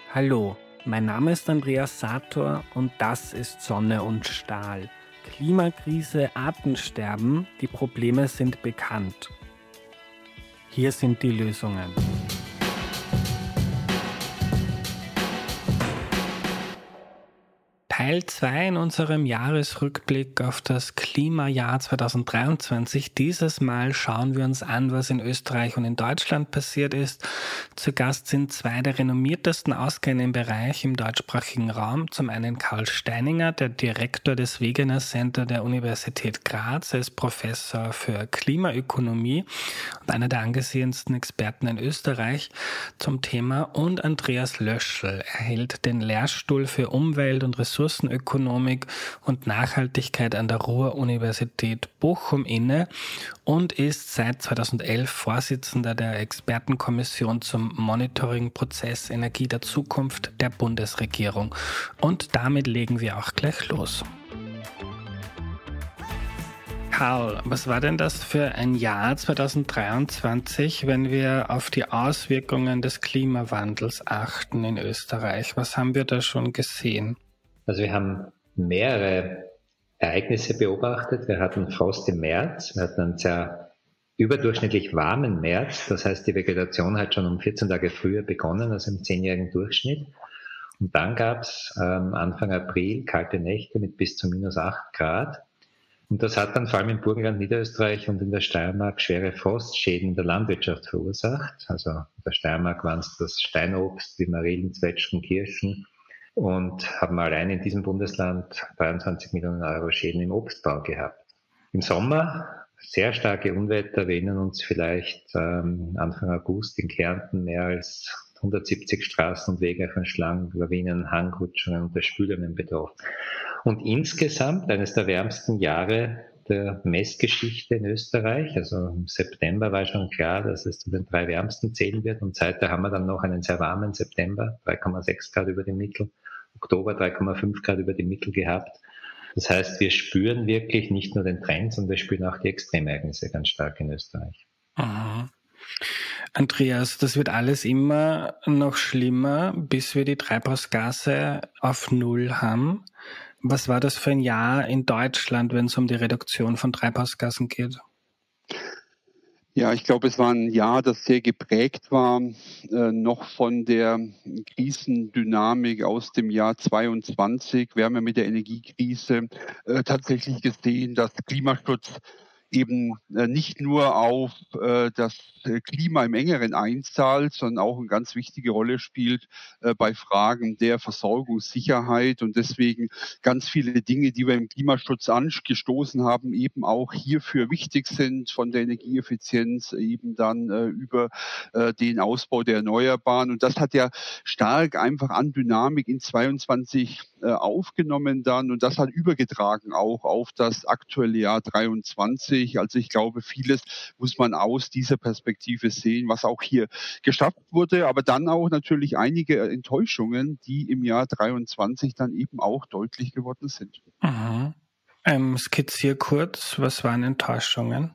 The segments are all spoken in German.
Hallo, mein Name ist Andreas Sator und das ist Sonne und Stahl. Klimakrise, Artensterben, die Probleme sind bekannt. Hier sind die Lösungen. Teil 2 in unserem Jahresrückblick auf das Klimajahr 2023. Dieses Mal schauen wir uns an, was in Österreich und in Deutschland passiert ist. Zu Gast sind zwei der renommiertesten Auskenner im Bereich im deutschsprachigen Raum. Zum einen Karl Steininger, der Direktor des Wegener Center der Universität Graz. Er ist Professor für Klimaökonomie und einer der angesehensten Experten in Österreich zum Thema. Und Andreas Löschl. Er hält den Lehrstuhl für Umwelt- und Ressourcenökonomik und Nachhaltigkeit an der Ruhr-Universität Bochum inne und ist seit 2011 Vorsitzender der Expertenkommission zum Monitoring-Prozess Energie der Zukunft der Bundesregierung. Und damit legen wir auch gleich los. Karl, was war denn das für ein Jahr 2023, wenn wir auf die Auswirkungen des Klimawandels achten in Österreich? Was haben wir da schon gesehen? Also wir haben mehrere Ereignisse beobachtet. Wir hatten Frost im März, wir hatten einen sehr überdurchschnittlich warmen März. Das heißt, die Vegetation hat schon um 14 Tage früher begonnen als im 10-jährigen Durchschnitt. Und dann gab es Anfang April kalte Nächte mit bis zu minus 8 Grad. Und das hat dann vor allem im Burgenland, Niederösterreich und in der Steiermark schwere Frostschäden in der Landwirtschaft verursacht. Also in der Steiermark waren es das Steinobst, wie Marillen, Zwetschgen, Kirschen, und haben allein in diesem Bundesland 23 Millionen Euro Schäden im Obstbau gehabt. Im Sommer sehr starke Unwetter. Wir erinnern uns vielleicht Anfang August in Kärnten mehr als 170 Straßen und Wege von Schlangen, Lawinen, Hangrutschungen und Spülungen betroffen. Und insgesamt eines der wärmsten Jahre der Messgeschichte in Österreich. Also im September war schon klar, dass es zu den 3 wärmsten zählen wird. Und seither haben wir dann noch einen sehr warmen September, 3,6 Grad über dem Mittel. Oktober 3,5 Grad über dem Mittel gehabt. Das heißt, wir spüren wirklich nicht nur den Trend, sondern wir spüren auch die Extremereignisse ganz stark in Österreich. Aha. Andreas, das wird alles immer noch schlimmer, bis wir die Treibhausgase auf Null haben. Was war das für ein Jahr in Deutschland, wenn es um die Reduktion von Treibhausgasen geht? Ja, ich glaube, es war ein Jahr, das sehr geprägt war, noch von der Krisendynamik aus dem Jahr 22. Wir haben ja mit der Energiekrise tatsächlich gesehen, dass Klimaschutz eben nicht nur auf das Klima im Engeren einzahlt, sondern auch eine ganz wichtige Rolle spielt bei Fragen der Versorgungssicherheit und deswegen ganz viele Dinge, die wir im Klimaschutz angestoßen haben, eben auch hierfür wichtig sind, von der Energieeffizienz eben dann über den Ausbau der Erneuerbaren. Und das hat ja stark einfach an Dynamik in 22 aufgenommen dann und das hat übergetragen auch auf das aktuelle Jahr 23. Also ich glaube, vieles muss man aus dieser Perspektive sehen, was auch hier geschafft wurde, aber dann auch natürlich einige Enttäuschungen, die im Jahr 23 dann eben auch deutlich geworden sind. Mhm. Skizzier kurz, was waren Enttäuschungen?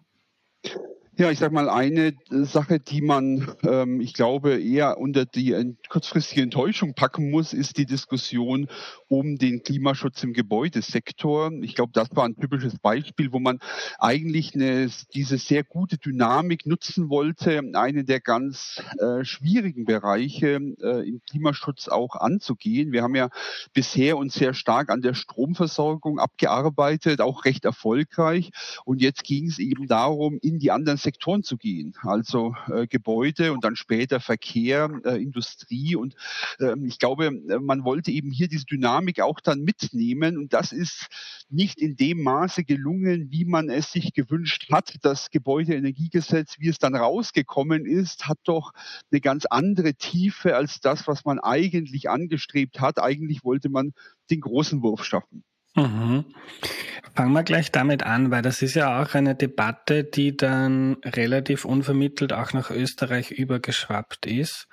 Ja, ich sage mal, eine Sache, die man, ich glaube, eher unter die kurzfristige Enttäuschung packen muss, ist die Diskussion um den Klimaschutz im Gebäudesektor. Ich glaube, das war ein typisches Beispiel, wo man eigentlich diese sehr gute Dynamik nutzen wollte, einen der ganz schwierigen Bereiche im Klimaschutz auch anzugehen. Wir haben ja bisher uns sehr stark an der Stromversorgung abgearbeitet, auch recht erfolgreich. Und jetzt ging es eben darum, in die anderen Sektoren zu gehen, also Gebäude und dann später Verkehr, Industrie. Und ich glaube, man wollte eben hier diese Dynamik auch dann mitnehmen. Und das ist nicht in dem Maße gelungen, wie man es sich gewünscht hat. Das Gebäudeenergiegesetz, wie es dann rausgekommen ist, hat doch eine ganz andere Tiefe als das, was man eigentlich angestrebt hat. Eigentlich wollte man den großen Wurf schaffen. Mhm. Fangen wir gleich damit an, weil das ist ja auch eine Debatte, die dann relativ unvermittelt auch nach Österreich übergeschwappt ist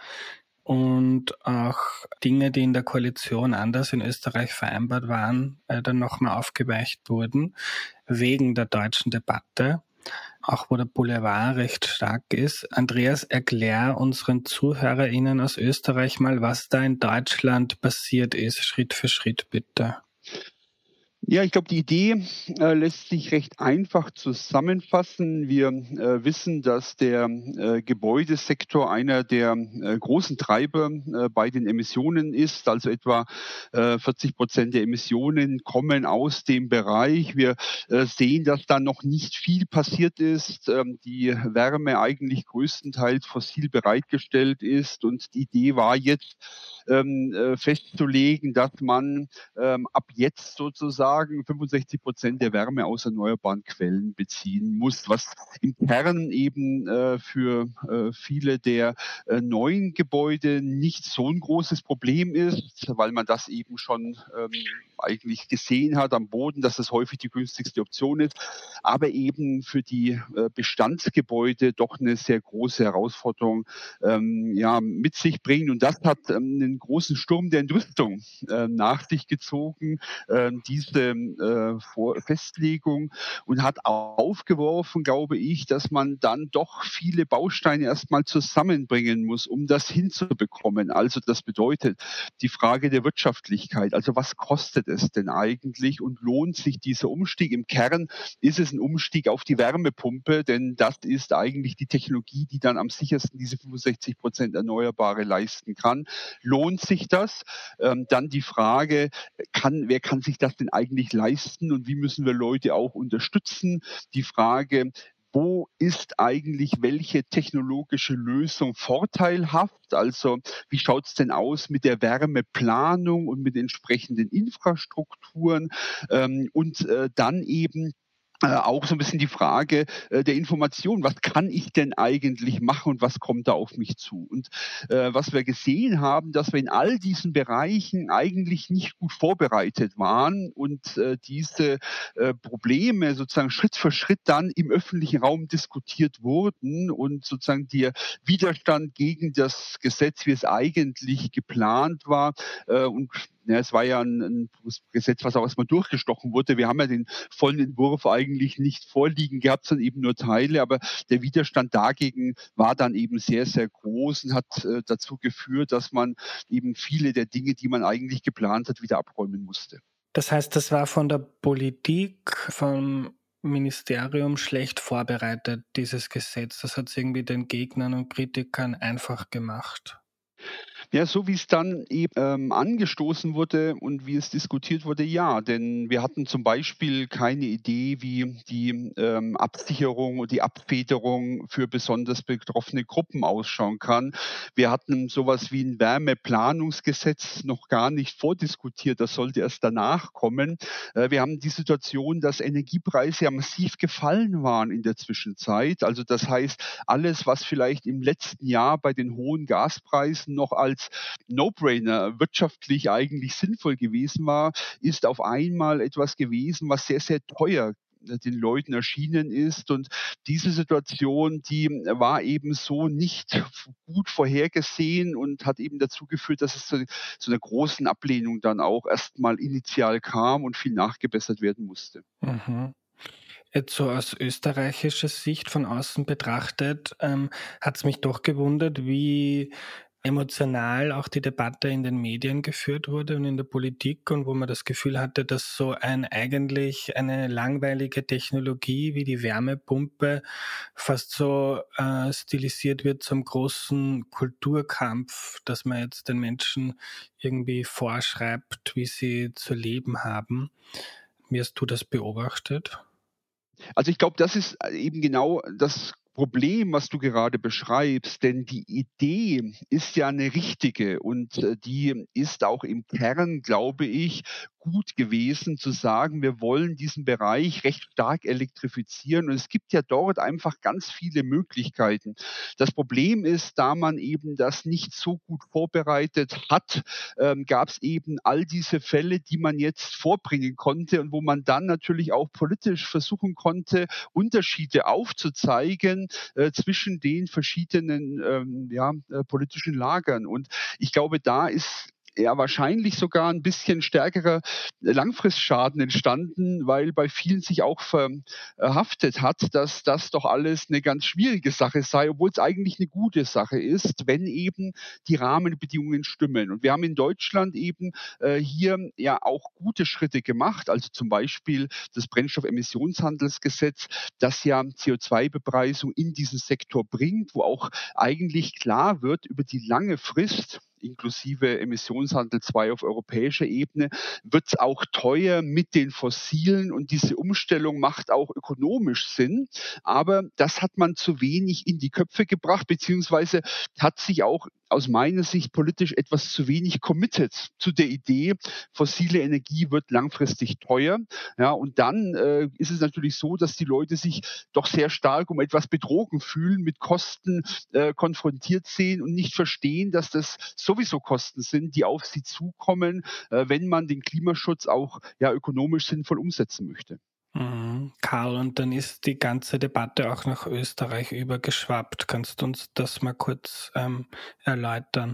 und auch Dinge, die in der Koalition anders in Österreich vereinbart waren, dann nochmal aufgeweicht wurden wegen der deutschen Debatte. auch wo der Boulevard recht stark ist. Andreas, erklär unseren ZuhörerInnen aus Österreich mal, was da in Deutschland passiert ist, Schritt für Schritt bitte. Ja, ich glaube, die Idee lässt sich recht einfach zusammenfassen. Wir wissen, dass der Gebäudesektor einer der großen Treiber bei den Emissionen ist. Also etwa 40% der Emissionen kommen aus dem Bereich. Wir sehen, dass da noch nicht viel passiert ist. Die Wärme eigentlich größtenteils fossil bereitgestellt ist. Und die Idee war jetzt festzulegen, dass man ab jetzt sozusagen 65% der Wärme aus erneuerbaren Quellen beziehen muss, was im Kern eben für viele der neuen Gebäude nicht so ein großes Problem ist, weil man das eben schon eigentlich gesehen hat am Boden, dass das häufig die günstigste Option ist, aber eben für die Bestandsgebäude doch eine sehr große Herausforderung mit sich bringt. Und das hat einen großen Sturm der Entrüstung nach sich gezogen, diese Festlegung, und hat aufgeworfen, glaube ich, dass man dann doch viele Bausteine erstmal zusammenbringen muss, um das hinzubekommen. Also das bedeutet die Frage der Wirtschaftlichkeit. Also was kostet es denn eigentlich und lohnt sich dieser Umstieg? Im Kern ist es ein Umstieg auf die Wärmepumpe, denn das ist eigentlich die Technologie, die dann am sichersten diese 65% Erneuerbare leisten kann. Lohnt sich das? Dann die Frage, wer kann sich das denn eigentlich leisten und wie müssen wir Leute auch unterstützen? Die Frage, wo ist eigentlich welche technologische Lösung vorteilhaft? Also wie schaut es denn aus mit der Wärmeplanung und mit entsprechenden Infrastrukturen? Und dann eben auch so ein bisschen die Frage der Information. Was kann ich denn eigentlich machen und was kommt da auf mich zu? Und was wir gesehen haben, dass wir in all diesen Bereichen eigentlich nicht gut vorbereitet waren und diese Probleme sozusagen Schritt für Schritt dann im öffentlichen Raum diskutiert wurden und sozusagen der Widerstand gegen das Gesetz, wie es eigentlich geplant war, und es war ja ein Gesetz, was auch erstmal durchgestochen wurde. Wir haben ja den vollen Entwurf eigentlich nicht vorliegen gehabt, sondern eben nur Teile. Aber der Widerstand dagegen war dann eben sehr, sehr groß und hat dazu geführt, dass man eben viele der Dinge, die man eigentlich geplant hat, wieder abräumen musste. Das heißt, das war von der Politik, vom Ministerium schlecht vorbereitet, dieses Gesetz. Das hat es irgendwie den Gegnern und Kritikern einfach gemacht. Ja, so wie es dann eben angestoßen wurde und wie es diskutiert wurde, ja. Denn wir hatten zum Beispiel keine Idee, wie die Absicherung und die Abfederung für besonders betroffene Gruppen ausschauen kann. Wir hatten sowas wie ein Wärmeplanungsgesetz noch gar nicht vordiskutiert. Das sollte erst danach kommen. Wir haben die Situation, dass Energiepreise ja massiv gefallen waren in der Zwischenzeit. Also das heißt, alles, was vielleicht im letzten Jahr bei den hohen Gaspreisen noch als No-Brainer wirtschaftlich eigentlich sinnvoll gewesen war, ist auf einmal etwas gewesen, was sehr, sehr teuer den Leuten erschienen ist. Und diese Situation, die war eben so nicht gut vorhergesehen und hat eben dazu geführt, dass es zu einer großen Ablehnung dann auch erstmal initial kam und viel nachgebessert werden musste. Mhm. Jetzt so aus österreichischer Sicht von außen betrachtet, hat es mich doch gewundert, wie emotional auch die Debatte in den Medien geführt wurde und in der Politik, und wo man das Gefühl hatte, dass so eigentlich eine langweilige Technologie wie die Wärmepumpe fast so stilisiert wird zum großen Kulturkampf, dass man jetzt den Menschen irgendwie vorschreibt, wie sie zu leben haben. Wie hast du das beobachtet? Also ich glaube, das ist eben genau das Problem, was du gerade beschreibst, denn die Idee ist ja eine richtige und die ist auch im Kern, glaube ich, gut gewesen zu sagen, wir wollen diesen Bereich recht stark elektrifizieren und es gibt ja dort einfach ganz viele Möglichkeiten. Das Problem ist, da man eben das nicht so gut vorbereitet hat, gab es eben all diese Fälle, die man jetzt vorbringen konnte und wo man dann natürlich auch politisch versuchen konnte, Unterschiede aufzuzeigen zwischen den verschiedenen politischen Lagern. Und ich glaube, da ist ja wahrscheinlich sogar ein bisschen stärkerer Langfristschaden entstanden, weil bei vielen sich auch verhaftet hat, dass das doch alles eine ganz schwierige Sache sei, obwohl es eigentlich eine gute Sache ist, wenn eben die Rahmenbedingungen stimmen. Und wir haben in Deutschland eben hier ja auch gute Schritte gemacht, also zum Beispiel das Brennstoffemissionshandelsgesetz, das ja CO2-Bepreisung in diesen Sektor bringt, wo auch eigentlich klar wird über die lange Frist, inklusive Emissionshandel 2 auf europäischer Ebene, wird es auch teuer mit den Fossilen und diese Umstellung macht auch ökonomisch Sinn. Aber das hat man zu wenig in die Köpfe gebracht, beziehungsweise hat sich auch aus meiner Sicht politisch etwas zu wenig committed zu der Idee, fossile Energie wird langfristig teuer. Ja, und dann ist es natürlich so, dass die Leute sich doch sehr stark um etwas betrogen fühlen, mit Kosten konfrontiert sehen und nicht verstehen, dass das sowieso Kosten sind, die auf sie zukommen, wenn man den Klimaschutz auch ja ökonomisch sinnvoll umsetzen möchte. Karl, und dann ist die ganze Debatte auch nach Österreich übergeschwappt. Kannst du uns das mal kurz erläutern?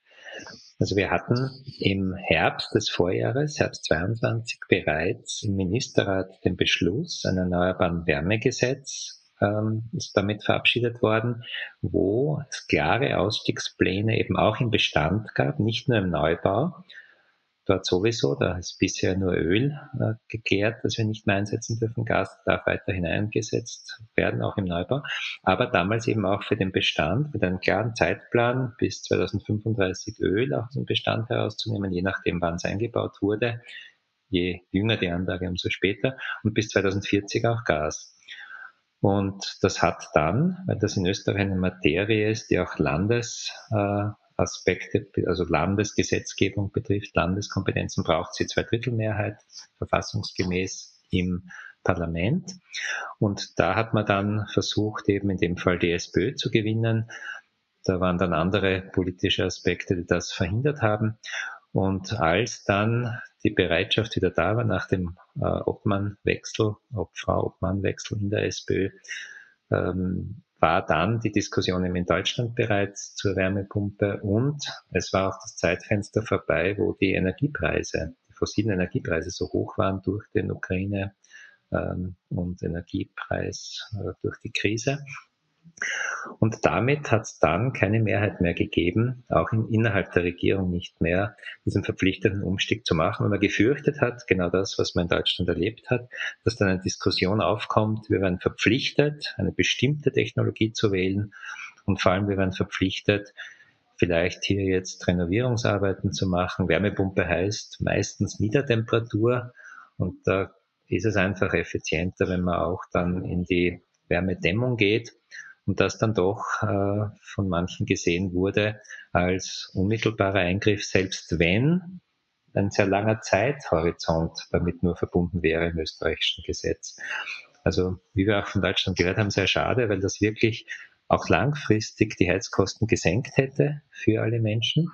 Also wir hatten im Herbst des Vorjahres, Herbst 22, bereits im Ministerrat den Beschluss, ein Erneuerbaren Wärmegesetz ist damit verabschiedet worden, wo es klare Ausstiegspläne eben auch im Bestand gab, nicht nur im Neubau. Dort sowieso, da ist bisher nur Öl geklärt, das wir nicht mehr einsetzen dürfen. Gas darf weiterhin eingesetzt werden, auch im Neubau. Aber damals eben auch für den Bestand mit einem klaren Zeitplan bis 2035 Öl aus dem Bestand herauszunehmen, je nachdem, wann es eingebaut wurde. Je jünger die Anlage, umso später. Und bis 2040 auch Gas. Und das hat dann, weil das in Österreich eine Materie ist, die auch Landesaspekte, also Landesgesetzgebung betrifft, Landeskompetenzen, braucht sie Zweidrittelmehrheit, verfassungsgemäß im Parlament. Und da hat man dann versucht, eben in dem Fall die SPÖ zu gewinnen. Da waren dann andere politische Aspekte, die das verhindert haben. Und als dann die Bereitschaft wieder da war, nach dem Frau Obmann-Wechsel in der SPÖ, war dann die Diskussion in Deutschland bereits zur Wärmepumpe und es war auch das Zeitfenster vorbei, wo die fossilen Energiepreise so hoch waren durch den Ukraine- und Energiepreis durch die Krise. Und damit hat es dann keine Mehrheit mehr gegeben, auch innerhalb der Regierung nicht mehr, diesen verpflichtenden Umstieg zu machen, weil man gefürchtet hat, genau das, was man in Deutschland erlebt hat, dass dann eine Diskussion aufkommt, wir werden verpflichtet, eine bestimmte Technologie zu wählen und vor allem wir werden verpflichtet, vielleicht hier jetzt Renovierungsarbeiten zu machen. Wärmepumpe heißt meistens Niedertemperatur und da ist es einfach effizienter, wenn man auch dann in die Wärmedämmung geht. Und das dann doch von manchen gesehen wurde als unmittelbarer Eingriff, selbst wenn ein sehr langer Zeithorizont damit nur verbunden wäre im österreichischen Gesetz. Also wie wir auch von Deutschland gehört haben, sehr schade, weil das wirklich auch langfristig die Heizkosten gesenkt hätte für alle Menschen.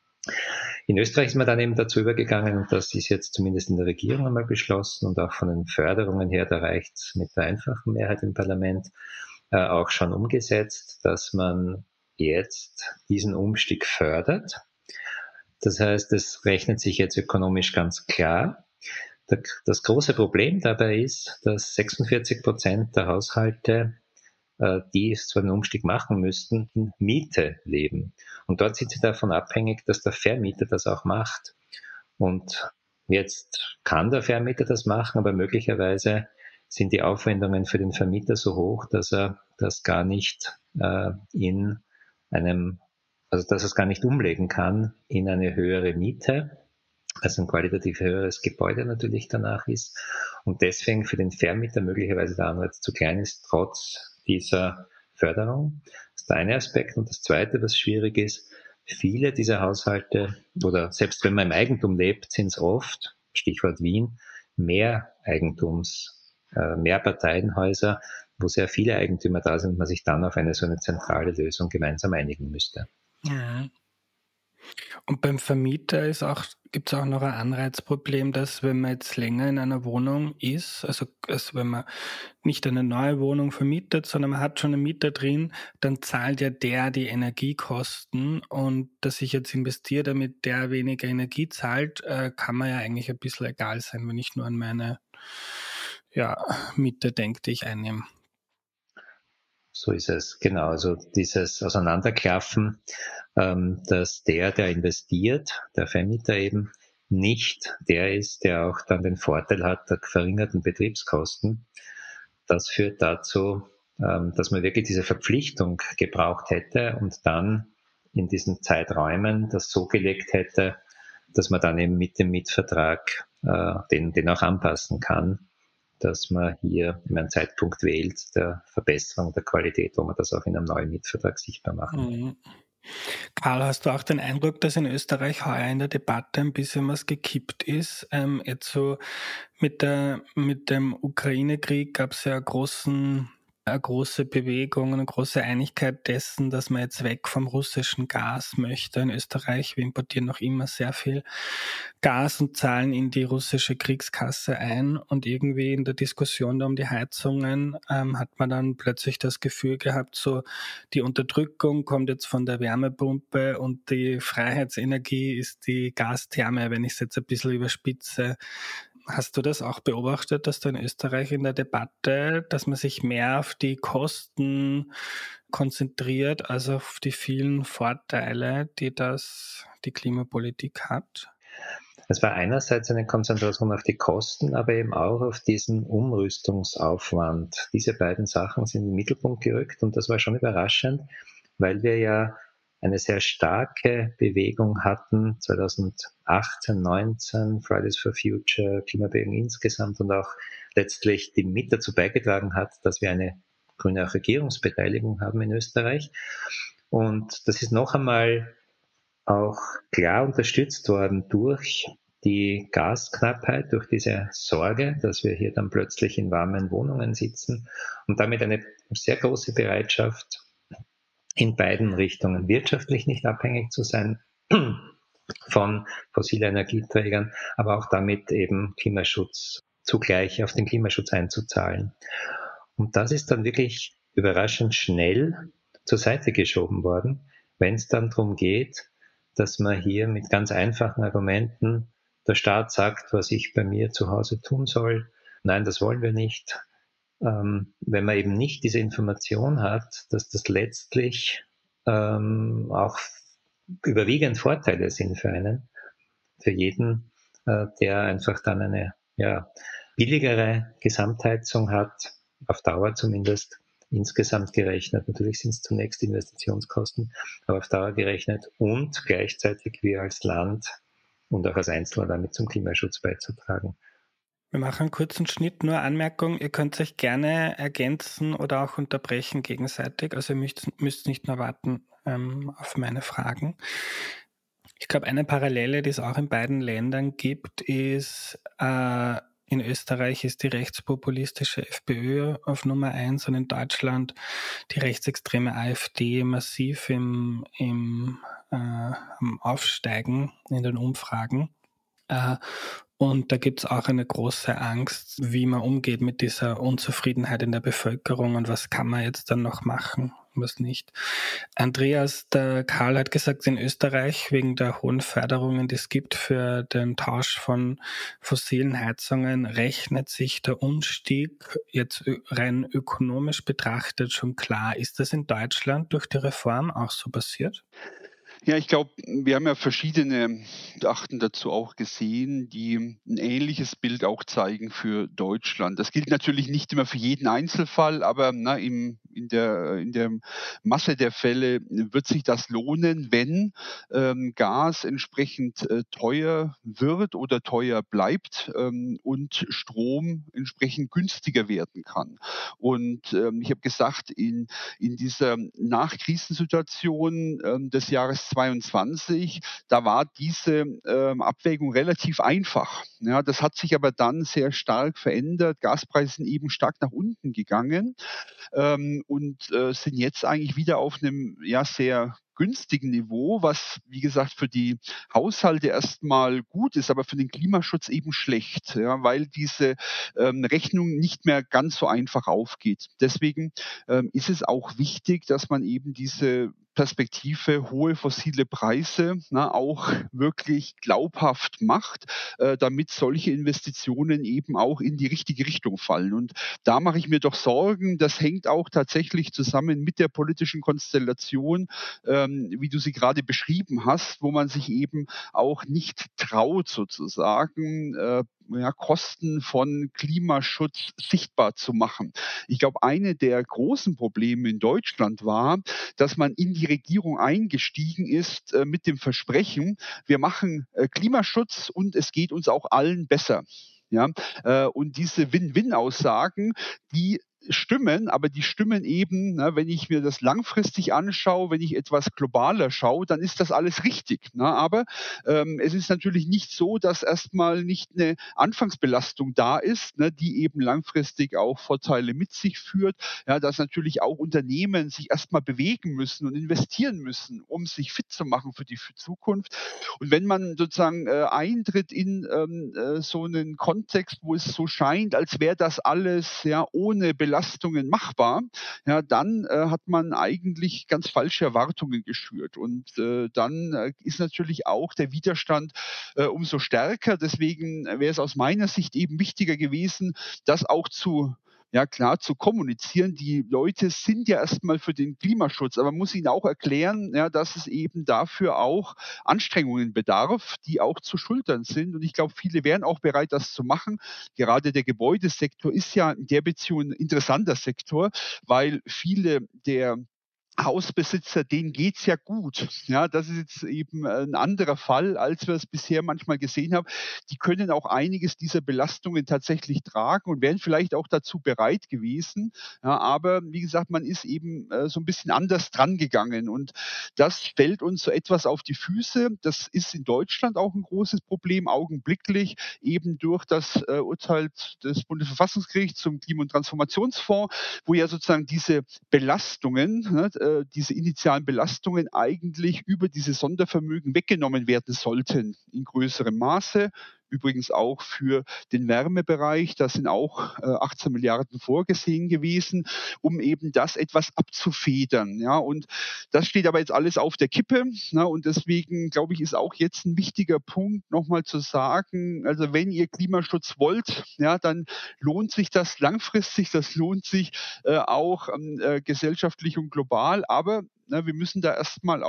In Österreich ist man dann eben dazu übergegangen, und das ist jetzt zumindest in der Regierung einmal beschlossen und auch von den Förderungen her, da reicht es mit der einfachen Mehrheit im Parlament, auch schon umgesetzt, dass man jetzt diesen Umstieg fördert. Das heißt, es rechnet sich jetzt ökonomisch ganz klar. Das große Problem dabei ist, dass 46% der Haushalte, die so einen Umstieg machen müssten, in Miete leben. Und dort sind sie davon abhängig, dass der Vermieter das auch macht. Und jetzt kann der Vermieter das machen, aber möglicherweise sind die Aufwendungen für den Vermieter so hoch, dass er das gar nicht dass er es gar nicht umlegen kann in eine höhere Miete, also ein qualitativ höheres Gebäude natürlich danach ist und deswegen für den Vermieter möglicherweise der Anreiz zu klein ist, trotz dieser Förderung. Das ist der eine Aspekt. Und das zweite, was schwierig ist, viele dieser Haushalte oder selbst wenn man im Eigentum lebt, sind es oft, Stichwort Wien, Mehrparteienhäuser, wo sehr viele Eigentümer da sind und man sich dann auf so eine zentrale Lösung gemeinsam einigen müsste. Ja. Und beim Vermieter gibt es auch noch ein Anreizproblem, dass wenn man jetzt länger in einer Wohnung ist, also wenn man nicht eine neue Wohnung vermietet, sondern man hat schon einen Mieter drin, dann zahlt ja der die Energiekosten, und dass ich jetzt investiere, damit der weniger Energie zahlt, kann mir ja eigentlich ein bisschen egal sein, wenn ich nur an meine Miete denke, die ich einnehme. So ist es, genau. Also dieses Auseinanderklaffen, dass der investiert, der Vermieter eben, nicht der ist, der auch dann den Vorteil hat der verringerten Betriebskosten. Das führt dazu, dass man wirklich diese Verpflichtung gebraucht hätte und dann in diesen Zeiträumen das so gelegt hätte, dass man dann eben mit dem Mietvertrag den auch anpassen kann, dass man hier einen Zeitpunkt wählt der Verbesserung der Qualität, wo man das auch in einem neuen Mietvertrag sichtbar machen. Mhm. Karl, hast du auch den Eindruck, dass in Österreich heuer in der Debatte ein bisschen was gekippt ist? Jetzt so mit dem Ukraine-Krieg gab es ja eine große Bewegung, eine große Einigkeit dessen, dass man jetzt weg vom russischen Gas möchte in Österreich. Wir importieren noch immer sehr viel Gas und zahlen in die russische Kriegskasse ein. Und irgendwie in der Diskussion da um die Heizungen hat man dann plötzlich das Gefühl gehabt, so die Unterdrückung kommt jetzt von der Wärmepumpe und die Freiheitsenergie ist die Gastherme, wenn ich es jetzt ein bisschen überspitze. Hast du das auch beobachtet, dass da in Österreich in der Debatte, dass man sich mehr auf die Kosten konzentriert, als auf die vielen Vorteile, die die Klimapolitik hat? Es war einerseits eine Konzentration auf die Kosten, aber eben auch auf diesen Umrüstungsaufwand. Diese beiden Sachen sind in den Mittelpunkt gerückt, und das war schon überraschend, weil wir ja eine sehr starke Bewegung hatten, 2018, 19, Fridays for Future, Klimabewegung insgesamt, und auch letztlich die mit dazu beigetragen hat, dass wir eine grüne Regierungsbeteiligung haben in Österreich. Und das ist noch einmal auch klar unterstützt worden durch die Gasknappheit, durch diese Sorge, dass wir hier dann plötzlich in warmen Wohnungen sitzen, und damit eine sehr große Bereitschaft, in beiden Richtungen wirtschaftlich nicht abhängig zu sein von fossilen Energieträgern, aber auch damit eben Klimaschutz zugleich auf den Klimaschutz einzuzahlen. Und das ist dann wirklich überraschend schnell zur Seite geschoben worden, wenn es dann darum geht, dass man hier mit ganz einfachen Argumenten, der Staat sagt, was ich bei mir zu Hause tun soll. Nein, das wollen wir nicht. Wenn man eben nicht diese Information hat, dass das letztlich auch überwiegend Vorteile sind für jeden, der einfach dann eine billigere Gesamtheizung hat, auf Dauer zumindest, insgesamt gerechnet. Natürlich sind es zunächst Investitionskosten, aber auf Dauer gerechnet, und gleichzeitig wir als Land und auch als Einzelner damit zum Klimaschutz beizutragen. Wir machen einen kurzen Schnitt, nur Anmerkung, ihr könnt euch gerne ergänzen oder auch unterbrechen gegenseitig, also ihr müsst nicht nur warten auf meine Fragen. Ich glaube, eine Parallele, die es auch in beiden Ländern gibt, ist, in Österreich ist die rechtspopulistische FPÖ auf Nummer 1 und in Deutschland die rechtsextreme AfD massiv am Aufsteigen in den Umfragen. Und da gibt es auch eine große Angst, wie man umgeht mit dieser Unzufriedenheit in der Bevölkerung und was kann man jetzt dann noch machen und was nicht. Andreas, der Karl hat gesagt, in Österreich wegen der hohen Förderungen, die es gibt für den Tausch von fossilen Heizungen, rechnet sich der Umstieg jetzt rein ökonomisch betrachtet schon klar. Ist das in Deutschland durch die Reform auch so passiert? Ja, ich glaube, wir haben ja verschiedene Gutachten dazu auch gesehen, die ein ähnliches Bild auch zeigen für Deutschland. Das gilt natürlich nicht immer für jeden Einzelfall, aber in der Masse der Fälle wird sich das lohnen, wenn Gas entsprechend teuer wird oder teuer bleibt und Strom entsprechend günstiger werden kann. Und ich habe gesagt, in dieser Nachkrisensituation des Jahres 22, da war diese Abwägung relativ einfach. Ja, das hat sich aber dann sehr stark verändert. Gaspreise sind eben stark nach unten gegangen und sind jetzt eigentlich wieder auf einem sehr günstigen Niveau, was, wie gesagt, für die Haushalte erstmal gut ist, aber für den Klimaschutz eben schlecht, ja, weil diese Rechnung nicht mehr ganz so einfach aufgeht. Deswegen ist es auch wichtig, dass man eben diese Perspektive hohe fossile Preise auch wirklich glaubhaft macht, damit solche Investitionen eben auch in die richtige Richtung fallen. Und da mache ich mir doch Sorgen. Das hängt auch tatsächlich zusammen mit der politischen Konstellation, wie du sie gerade beschrieben hast, wo man sich eben auch nicht traut, sozusagen Kosten von Klimaschutz sichtbar zu machen. Ich glaube, eine der großen Probleme in Deutschland war, dass man in die Regierung eingestiegen ist mit dem Versprechen, wir machen Klimaschutz und es geht uns auch allen besser. Ja, und diese Win-Win-Aussagen, die stimmen, aber die stimmen eben, wenn ich mir das langfristig anschaue, wenn ich etwas globaler schaue, dann ist das alles richtig. Aber es ist natürlich nicht so, dass erstmal nicht eine Anfangsbelastung da ist, die eben langfristig auch Vorteile mit sich führt, ja, dass natürlich auch Unternehmen sich erstmal bewegen müssen und investieren müssen, um sich fit zu machen für die Zukunft. Und wenn man sozusagen eintritt in so einen Kontext, wo es so scheint, als wäre das alles ja ohne Belastungen machbar, ja, dann hat man eigentlich ganz falsche Erwartungen geschürt. Und dann ist natürlich auch der Widerstand umso stärker. Deswegen wäre es aus meiner Sicht eben wichtiger gewesen, das auch zu kommunizieren. Die Leute sind ja erstmal für den Klimaschutz, aber man muss ihnen auch erklären, ja, dass es eben dafür auch Anstrengungen bedarf, die auch zu schultern sind. Und ich glaube, viele wären auch bereit, das zu machen. Gerade der Gebäudesektor ist ja in der Beziehung ein interessanter Sektor, weil viele der Hausbesitzer, denen geht's ja gut. Ja, das ist jetzt eben ein anderer Fall, als wir es bisher manchmal gesehen haben. Die können auch einiges dieser Belastungen tatsächlich tragen und wären vielleicht auch dazu bereit gewesen. Ja, aber wie gesagt, man ist eben so ein bisschen anders dran gegangen und das fällt uns so etwas auf die Füße. Das ist in Deutschland auch ein großes Problem, augenblicklich eben durch das Urteil des Bundesverfassungsgerichts zum Klima- und Transformationsfonds, wo ja sozusagen diese Belastungen, diese initialen Belastungen eigentlich über diese Sondervermögen weggenommen werden sollten in größerem Maße. Übrigens auch für den Wärmebereich, da sind auch 18 Milliarden vorgesehen gewesen, um eben das etwas abzufedern. Ja, und das steht aber jetzt alles auf der Kippe. Und deswegen, glaube ich, ist auch jetzt ein wichtiger Punkt, nochmal zu sagen, also wenn ihr Klimaschutz wollt, ja, dann lohnt sich das langfristig, das lohnt sich auch gesellschaftlich und global, aber wir müssen da erstmal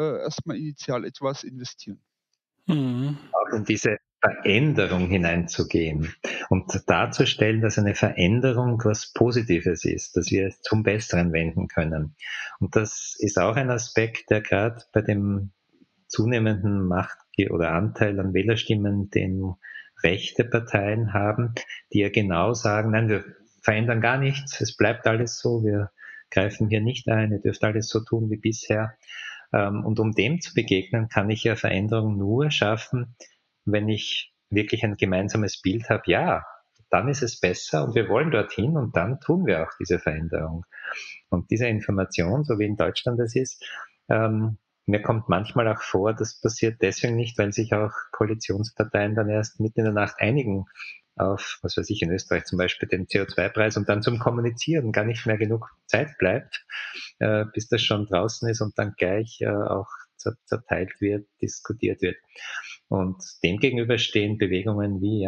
initial etwas investieren. Mhm. Auch in diese Veränderung hineinzugehen und darzustellen, dass eine Veränderung was Positives ist, dass wir es zum Besseren wenden können. Und das ist auch ein Aspekt, der gerade bei dem zunehmenden Macht- oder Anteil an Wählerstimmen, den rechte Parteien haben, die ja genau sagen, nein, wir verändern gar nichts, es bleibt alles so, wir greifen hier nicht ein, ihr dürft alles so tun wie bisher. Und um dem zu begegnen, kann ich ja Veränderung nur schaffen, wenn ich wirklich ein gemeinsames Bild habe, ja, dann ist es besser und wir wollen dorthin und dann tun wir auch diese Veränderung. Und diese Information, so wie in Deutschland es ist, mir kommt manchmal auch vor, das passiert deswegen nicht, weil sich auch Koalitionsparteien dann erst mitten in der Nacht einigen auf, was weiß ich, in Österreich zum Beispiel den CO2-Preis und dann zum Kommunizieren gar nicht mehr genug Zeit bleibt, bis das schon draußen ist und dann gleich auch zerteilt wird, diskutiert wird. Und demgegenüber stehen Bewegungen wie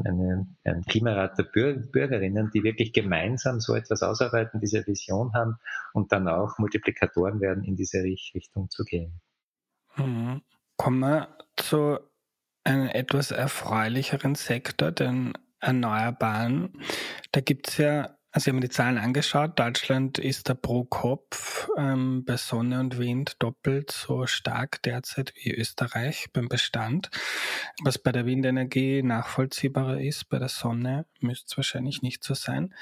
ein Klimarat der Bürgerinnen, die wirklich gemeinsam so etwas ausarbeiten, diese Vision haben und dann auch Multiplikatoren werden, in diese Richtung zu gehen. Mhm. Kommen wir zu einem etwas erfreulicheren Sektor, den Erneuerbaren. Da gibt es ja, also ich habe mir die Zahlen angeschaut, Deutschland ist da pro Kopf bei Sonne und Wind doppelt so stark derzeit wie Österreich beim Bestand. Was bei der Windenergie nachvollziehbarer ist, bei der Sonne müsste es wahrscheinlich nicht so sein.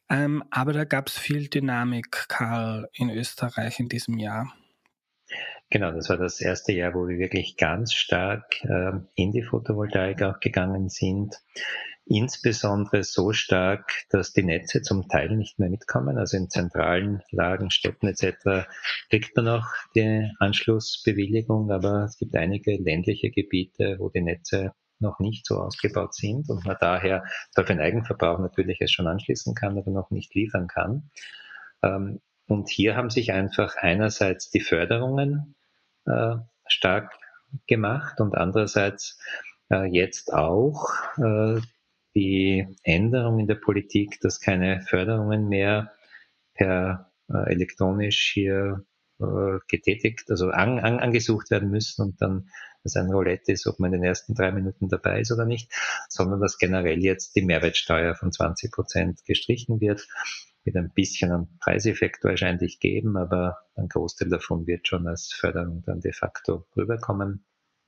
Aber da gab es viel Dynamik, Karl, in Österreich in diesem Jahr. Genau, das war das erste Jahr, wo wir wirklich ganz stark in die Photovoltaik auch gegangen sind. Insbesondere so stark, dass die Netze zum Teil nicht mehr mitkommen. Also in zentralen Lagen, Städten etc. kriegt man noch die Anschlussbewilligung, aber es gibt einige ländliche Gebiete, wo die Netze noch nicht so ausgebaut sind und man daher für den Eigenverbrauch natürlich es schon anschließen kann, aber noch nicht liefern kann. Und hier haben sich einfach einerseits die Förderungen stark gemacht und andererseits jetzt auch die Änderung in der Politik, dass keine Förderungen mehr per elektronisch hier getätigt, also angesucht werden müssen und dann dass ein Roulette ist, ob man in den ersten 3 Minuten dabei ist oder nicht, sondern dass generell jetzt die Mehrwertsteuer von 20% gestrichen wird, mit ein bisschen einen Preiseffekt wahrscheinlich geben, aber ein Großteil davon wird schon als Förderung dann de facto rüberkommen.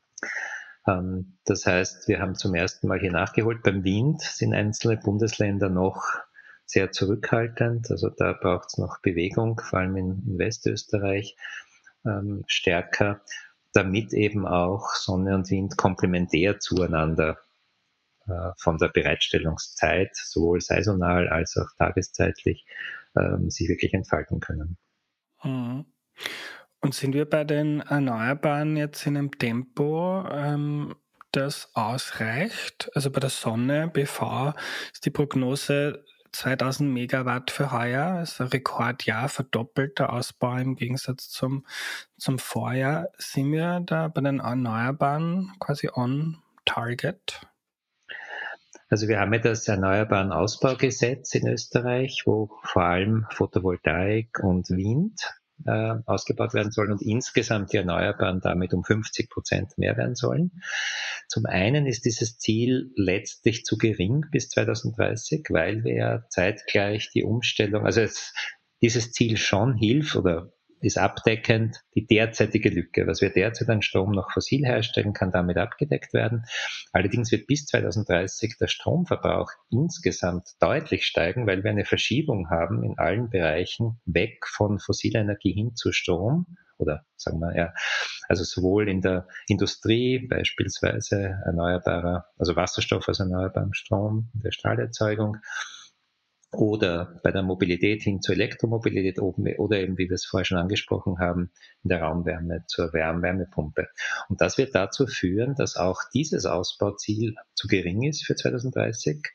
Das heißt, wir haben zum ersten Mal hier nachgeholt. Beim Wind sind einzelne Bundesländer noch sehr zurückhaltend. Also da braucht es noch Bewegung, vor allem in Westösterreich stärker, damit eben auch Sonne und Wind komplementär zueinander von der Bereitstellungszeit, sowohl saisonal als auch tageszeitlich, sich wirklich entfalten können. Mhm. Und sind wir bei den Erneuerbaren jetzt in einem Tempo, das ausreicht? Also bei der Sonne, BV, ist die Prognose 2000 Megawatt für heuer, ist ein Rekordjahr, verdoppelter Ausbau im Gegensatz zum Vorjahr. Sind wir da bei den Erneuerbaren quasi on target? Also wir haben ja das Erneuerbaren Ausbaugesetz in Österreich, wo vor allem Photovoltaik und Wind ausgebaut werden sollen und insgesamt die Erneuerbaren damit um 50% mehr werden sollen. Zum einen ist dieses Ziel letztlich zu gering bis 2030, weil wir ja zeitgleich die Umstellung, also dieses Ziel schon hilft oder ist abdeckend die derzeitige Lücke. Was wir derzeit an Strom noch fossil herstellen, kann damit abgedeckt werden. Allerdings wird bis 2030 der Stromverbrauch insgesamt deutlich steigen, weil wir eine Verschiebung haben in allen Bereichen weg von fossiler Energie hin zu Strom. Oder sagen wir ja, also sowohl in der Industrie beispielsweise erneuerbarer, also Wasserstoff aus erneuerbarem Strom, in der Stahlerzeugung, oder bei der Mobilität hin zur Elektromobilität oder eben, wie wir es vorher schon angesprochen haben, in der Raumwärme zur Wärmepumpe. Und das wird dazu führen, dass auch dieses Ausbauziel zu gering ist für 2030.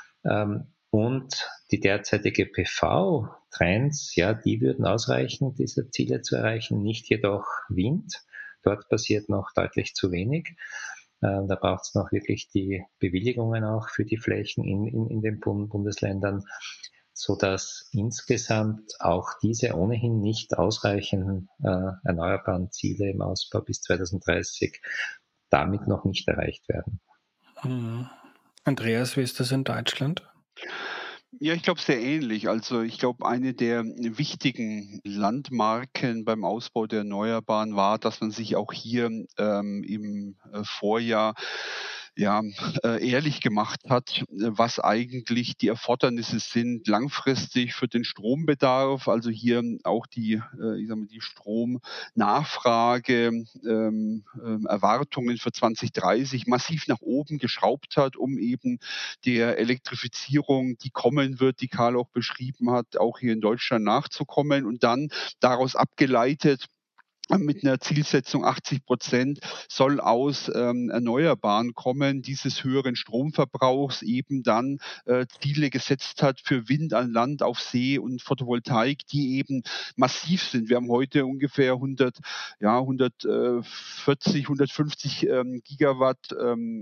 Und die derzeitige PV-Trends, ja, die würden ausreichen, diese Ziele zu erreichen, nicht jedoch Wind. Dort passiert noch deutlich zu wenig. Da braucht es noch wirklich die Bewilligungen auch für die Flächen in den Bundesländern, sodass insgesamt auch diese ohnehin nicht ausreichenden erneuerbaren Ziele im Ausbau bis 2030 damit noch nicht erreicht werden. Andreas, wie ist das in Deutschland? Ja, ich glaube sehr ähnlich. Also ich glaube, eine der wichtigen Landmarken beim Ausbau der Erneuerbaren war, dass man sich auch hier im Vorjahr ja, ehrlich gemacht hat, was eigentlich die Erfordernisse sind langfristig für den Strombedarf. Also hier auch die, ich sag mal, die Stromnachfrage, Erwartungen für 2030 massiv nach oben geschraubt hat, um eben der Elektrifizierung, die kommen wird, die Karl auch beschrieben hat, auch hier in Deutschland nachzukommen und dann daraus abgeleitet mit einer Zielsetzung 80% soll aus Erneuerbaren kommen, dieses höheren Stromverbrauchs eben dann Ziele gesetzt hat für Wind an Land, auf See und Photovoltaik, die eben massiv sind. Wir haben heute ungefähr 140, 150 Gigawatt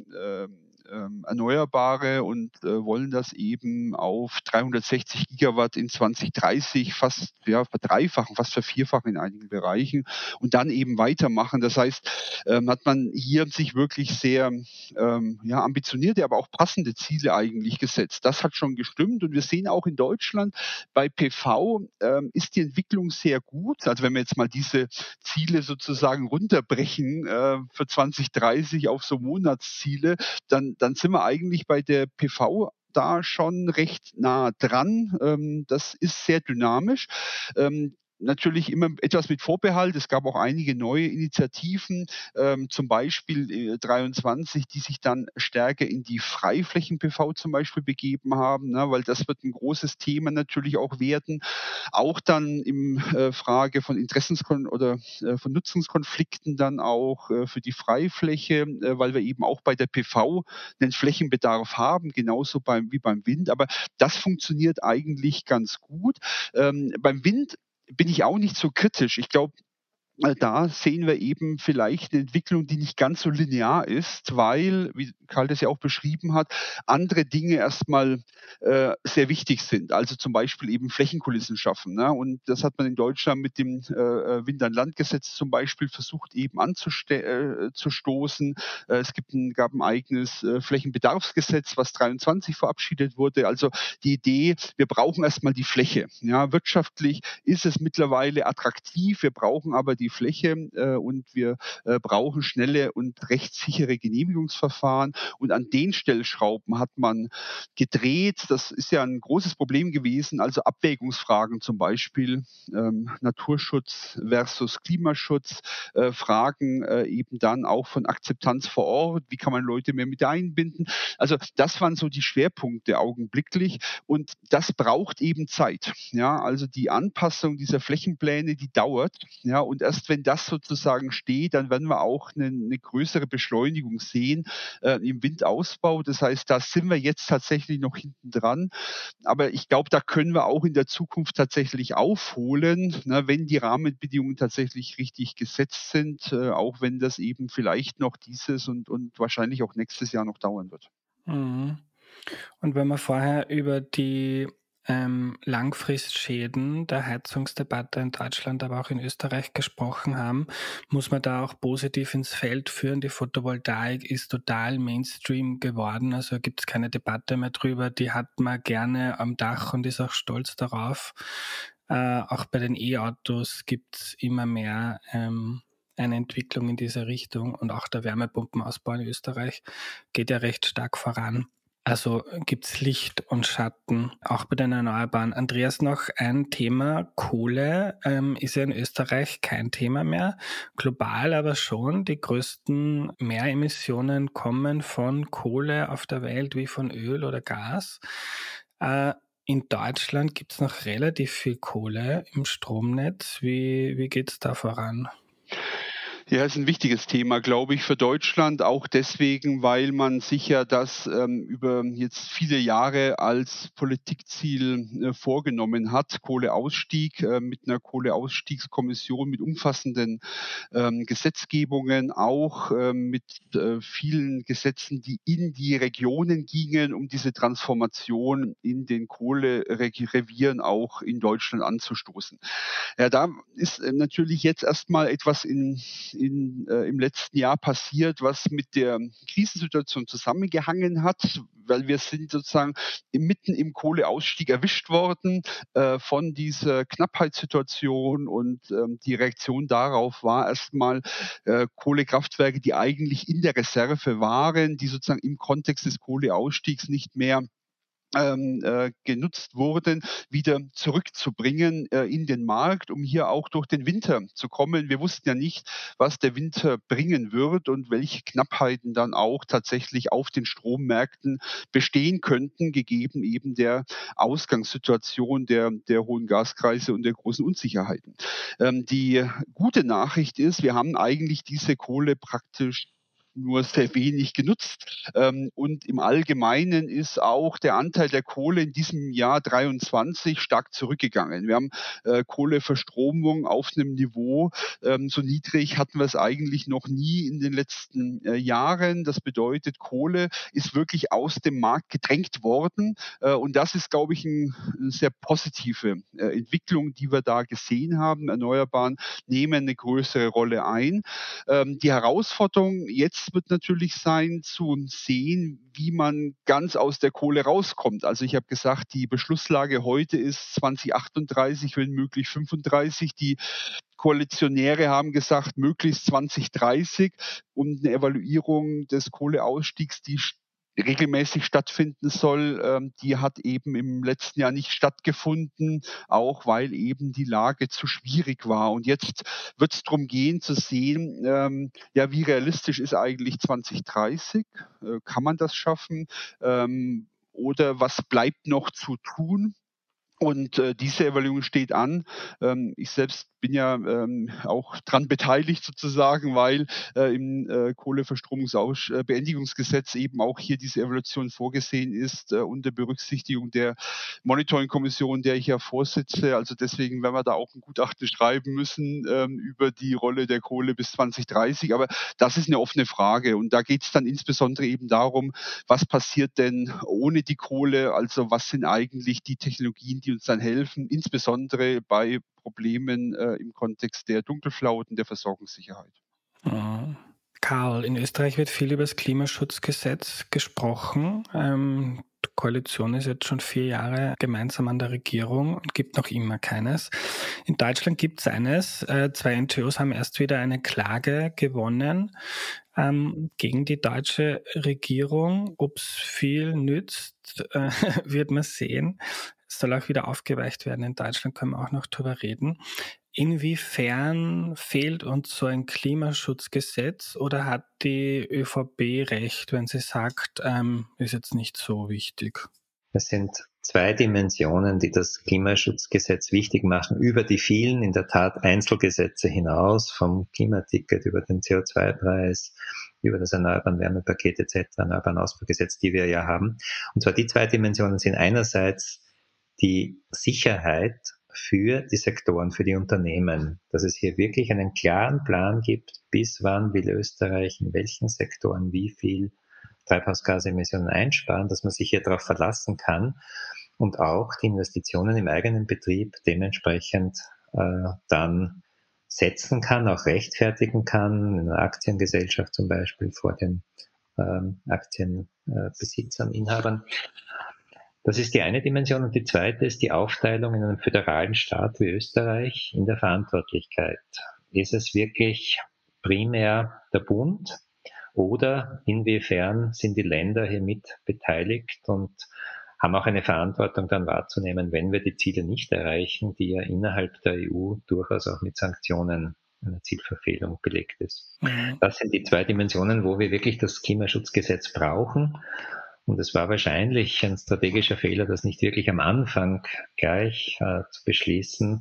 Erneuerbare und wollen das eben auf 360 Gigawatt in 2030 fast verdreifachen, fast vervierfachen in einigen Bereichen und dann eben weitermachen. Das heißt, hat man hier sich wirklich sehr ambitionierte, aber auch passende Ziele eigentlich gesetzt. Das hat schon gestimmt und wir sehen auch in Deutschland bei PV ist die Entwicklung sehr gut. Also wenn wir jetzt mal diese Ziele sozusagen runterbrechen für 2030 auf so Monatsziele, dann sind wir eigentlich bei der PV da schon recht nah dran. Das ist sehr dynamisch. natürlich immer etwas mit Vorbehalt. Es gab auch einige neue Initiativen, zum Beispiel 23, die sich dann stärker in die Freiflächen-PV zum Beispiel begeben haben, ne, weil das wird ein großes Thema natürlich auch werden. Auch dann im Frage von von Nutzungskonflikten dann auch für die Freifläche, weil wir eben auch bei der PV einen Flächenbedarf haben, genauso wie beim Wind. Aber das funktioniert eigentlich ganz gut. Beim Wind bin ich auch nicht so kritisch. Ich glaube, da sehen wir eben vielleicht eine Entwicklung, die nicht ganz so linear ist, weil, wie Karl das ja auch beschrieben hat, andere Dinge erstmal sehr wichtig sind. Also zum Beispiel eben Flächenkulissen schaffen. Ne? Und das hat man in Deutschland mit dem Wind-an-Land-Gesetz zum Beispiel versucht eben anzustoßen. Gab ein eigenes Flächenbedarfsgesetz, was 23 verabschiedet wurde. Also die Idee, wir brauchen erstmal die Fläche. Ja, wirtschaftlich ist es mittlerweile attraktiv, wir brauchen aber die Fläche und wir brauchen schnelle und rechtssichere Genehmigungsverfahren. Und an den Stellschrauben hat man gedreht. Das ist ja ein großes Problem gewesen. Also Abwägungsfragen zum Beispiel, Naturschutz versus Klimaschutz, Fragen eben dann auch von Akzeptanz vor Ort. Wie kann man Leute mehr mit einbinden? Also das waren so die Schwerpunkte augenblicklich. Und das braucht eben Zeit. Ja, also die Anpassung dieser Flächenpläne, die dauert. Ja, und erst wenn das sozusagen steht, dann werden wir auch eine größere Beschleunigung sehen im Windausbau. Das heißt, da sind wir jetzt tatsächlich noch hinten dran. Aber ich glaube, da können wir auch in der Zukunft tatsächlich aufholen, ne, wenn die Rahmenbedingungen tatsächlich richtig gesetzt sind, auch wenn das eben vielleicht noch dieses und wahrscheinlich auch nächstes Jahr noch dauern wird. Mhm. Und wenn wir vorher über die Langfristschäden der Heizungsdebatte in Deutschland, aber auch in Österreich gesprochen haben, muss man da auch positiv ins Feld führen. Die Photovoltaik ist total Mainstream geworden, also gibt es keine Debatte mehr drüber. Die hat man gerne am Dach und ist auch stolz darauf. Auch bei den E-Autos gibt es immer mehr eine Entwicklung in diese Richtung, und auch der Wärmepumpenausbau in Österreich geht ja recht stark voran. Also gibt's Licht und Schatten, auch bei den Erneuerbaren. Andreas, noch ein Thema. Kohle ist ja in Österreich kein Thema mehr, global aber schon. Die größten Mehremissionen kommen von Kohle auf der Welt wie von Öl oder Gas. In Deutschland gibt's noch relativ viel Kohle im Stromnetz. Wie geht's da voran? Ja, ist ein wichtiges Thema, glaube ich, für Deutschland, auch deswegen, weil man sich ja das über jetzt viele Jahre als Politikziel vorgenommen hat. Kohleausstieg mit einer Kohleausstiegskommission, mit umfassenden Gesetzgebungen, auch mit vielen Gesetzen, die in die Regionen gingen, um diese Transformation in den Kohlerevieren auch in Deutschland anzustoßen. Ja, da ist natürlich jetzt erstmal etwas im letzten Jahr passiert, was mit der Krisensituation zusammengehangen hat, weil wir sind sozusagen mitten im Kohleausstieg erwischt worden von dieser Knappheitssituation, und die Reaktion darauf war erstmal Kohlekraftwerke, die eigentlich in der Reserve waren, die sozusagen im Kontext des Kohleausstiegs nicht mehr genutzt wurden, wieder zurückzubringen in den Markt, um hier auch durch den Winter zu kommen. Wir wussten ja nicht, was der Winter bringen wird und welche Knappheiten dann auch tatsächlich auf den Strommärkten bestehen könnten, gegeben eben der Ausgangssituation der hohen Gaspreise und der großen Unsicherheiten. Die gute Nachricht ist, wir haben eigentlich diese Kohle praktisch nur sehr wenig genutzt. Und im Allgemeinen ist auch der Anteil der Kohle in diesem Jahr 23 stark zurückgegangen. Wir haben Kohleverstromung auf einem Niveau, so niedrig hatten wir es eigentlich noch nie in den letzten Jahren. Das bedeutet, Kohle ist wirklich aus dem Markt gedrängt worden. Und das ist, glaube ich, eine sehr positive Entwicklung, die wir da gesehen haben. Erneuerbaren nehmen eine größere Rolle ein. Die Herausforderung jetzt wird natürlich sein, zu sehen, wie man ganz aus der Kohle rauskommt. Also ich habe gesagt, die Beschlusslage heute ist 2038, wenn möglich 35. Die Koalitionäre haben gesagt, möglichst 2030, und eine Evaluierung des Kohleausstiegs, die regelmäßig stattfinden soll, die hat eben im letzten Jahr nicht stattgefunden, auch weil eben die Lage zu schwierig war. Und jetzt wird es darum gehen zu sehen, wie realistisch ist eigentlich 2030? Kann man das schaffen? Oder was bleibt noch zu tun? Und diese Evaluierung steht an. Ich selbst bin ja auch dran beteiligt sozusagen, weil im Kohleverstromungsbeendigungsgesetz eben auch hier diese Evaluation vorgesehen ist, unter Berücksichtigung der Monitoring-Kommission, der ich ja vorsitze. Also deswegen werden wir da auch ein Gutachten schreiben müssen über die Rolle der Kohle bis 2030. Aber das ist eine offene Frage. Und da geht es dann insbesondere eben darum, was passiert denn ohne die Kohle? Also was sind eigentlich die Technologien, die uns dann helfen, insbesondere bei Problemen im Kontext der Dunkelflauten, der Versorgungssicherheit. Karl, in Österreich wird viel über das Klimaschutzgesetz gesprochen. Die Koalition ist jetzt schon 4 Jahre gemeinsam an der Regierung und gibt noch immer keines. In Deutschland gibt es eines. 2 NGOs haben erst wieder eine Klage gewonnen gegen die deutsche Regierung. Ob es viel nützt, wird man sehen. Es soll auch wieder aufgeweicht werden. In Deutschland können wir auch noch drüber reden. Inwiefern fehlt uns so ein Klimaschutzgesetz oder hat die ÖVP recht, wenn sie sagt, ist jetzt nicht so wichtig? Es sind 2 Dimensionen, die das Klimaschutzgesetz wichtig machen, über die vielen, in der Tat, Einzelgesetze hinaus, vom Klimaticket über den CO2-Preis, über das Erneuerbaren Wärmepaket etc., Erneuerbaren Ausbaugesetz, die wir ja haben. Und zwar die 2 Dimensionen sind einerseits die Sicherheit für die Sektoren, für die Unternehmen, dass es hier wirklich einen klaren Plan gibt, bis wann will Österreich in welchen Sektoren wie viel Treibhausgasemissionen einsparen, dass man sich hier darauf verlassen kann und auch die Investitionen im eigenen Betrieb dementsprechend dann setzen kann, auch rechtfertigen kann, in einer Aktiengesellschaft zum Beispiel vor den Aktienbesitzern, Inhabern. Das ist die eine Dimension. Und die zweite ist die Aufteilung in einem föderalen Staat wie Österreich in der Verantwortlichkeit. Ist es wirklich primär der Bund oder inwiefern sind die Länder hier mit beteiligt und haben auch eine Verantwortung dann wahrzunehmen, wenn wir die Ziele nicht erreichen, die ja innerhalb der EU durchaus auch mit Sanktionen einer Zielverfehlung belegt ist. Das sind die 2 Dimensionen, wo wir wirklich das Klimaschutzgesetz brauchen. Und es war wahrscheinlich ein strategischer Fehler, das nicht wirklich am Anfang gleich zu beschließen.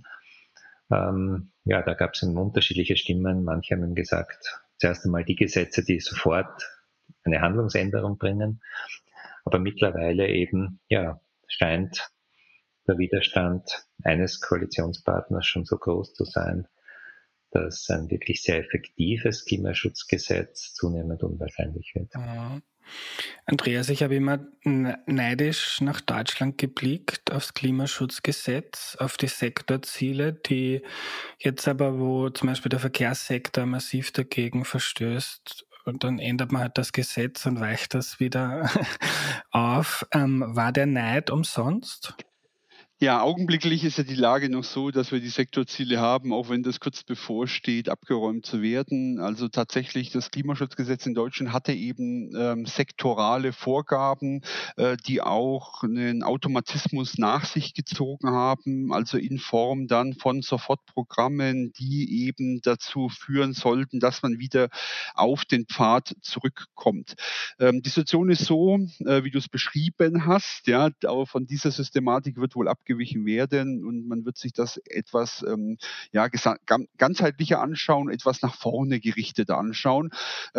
Da gab es unterschiedliche Stimmen. Manche haben gesagt, zuerst einmal die Gesetze, die sofort eine Handlungsänderung bringen. Aber mittlerweile eben, scheint der Widerstand eines Koalitionspartners schon so groß zu sein, dass ein wirklich sehr effektives Klimaschutzgesetz zunehmend unwahrscheinlich wird. Andreas, ich habe immer neidisch nach Deutschland geblickt, aufs Klimaschutzgesetz, auf die Sektorziele, die jetzt aber, wo zum Beispiel der Verkehrssektor massiv dagegen verstößt, und dann ändert man halt das Gesetz und weicht das wieder auf. War der Neid umsonst? Ja, augenblicklich ist ja die Lage noch so, dass wir die Sektorziele haben, auch wenn das kurz bevorsteht, abgeräumt zu werden. Also tatsächlich, das Klimaschutzgesetz in Deutschland hatte eben sektorale Vorgaben, die auch einen Automatismus nach sich gezogen haben, also in Form dann von Sofortprogrammen, die eben dazu führen sollten, dass man wieder auf den Pfad zurückkommt. Die Situation ist so, wie du es beschrieben hast, ja, aber von dieser Systematik wird wohl abgewichen werden und man wird sich das etwas ganzheitlicher anschauen, etwas nach vorne gerichteter anschauen.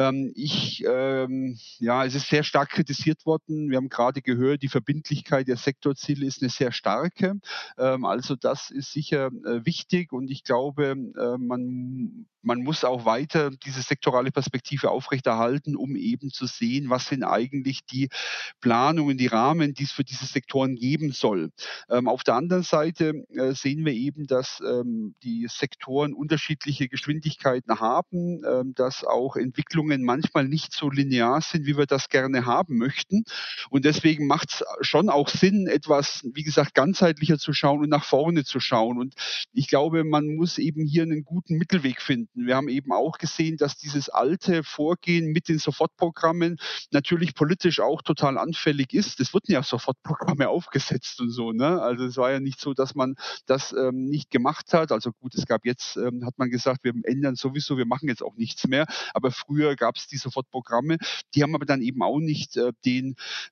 Es ist sehr stark kritisiert worden. Wir haben gerade gehört, die Verbindlichkeit der Sektorziele ist eine sehr starke. Also das ist sicher wichtig und ich glaube, man muss auch weiter diese sektorale Perspektive aufrechterhalten, um eben zu sehen, was sind eigentlich die Planungen, die Rahmen, die es für diese Sektoren geben soll. Auf der anderen Seite sehen wir eben, dass die Sektoren unterschiedliche Geschwindigkeiten haben, dass auch Entwicklungen manchmal nicht so linear sind, wie wir das gerne haben möchten. Und deswegen macht es schon auch Sinn, etwas, wie gesagt, ganzheitlicher zu schauen und nach vorne zu schauen. Und ich glaube, man muss eben hier einen guten Mittelweg finden. Wir haben eben auch gesehen, dass dieses alte Vorgehen mit den Sofortprogrammen natürlich politisch auch total anfällig ist. Es wurden ja Sofortprogramme aufgesetzt und so, ne? Also es war ja nicht so, dass man das nicht gemacht hat. Also gut, es gab jetzt, hat man gesagt, wir ändern sowieso, wir machen jetzt auch nichts mehr. Aber früher gab es die Sofortprogramme, die haben aber dann eben auch nicht die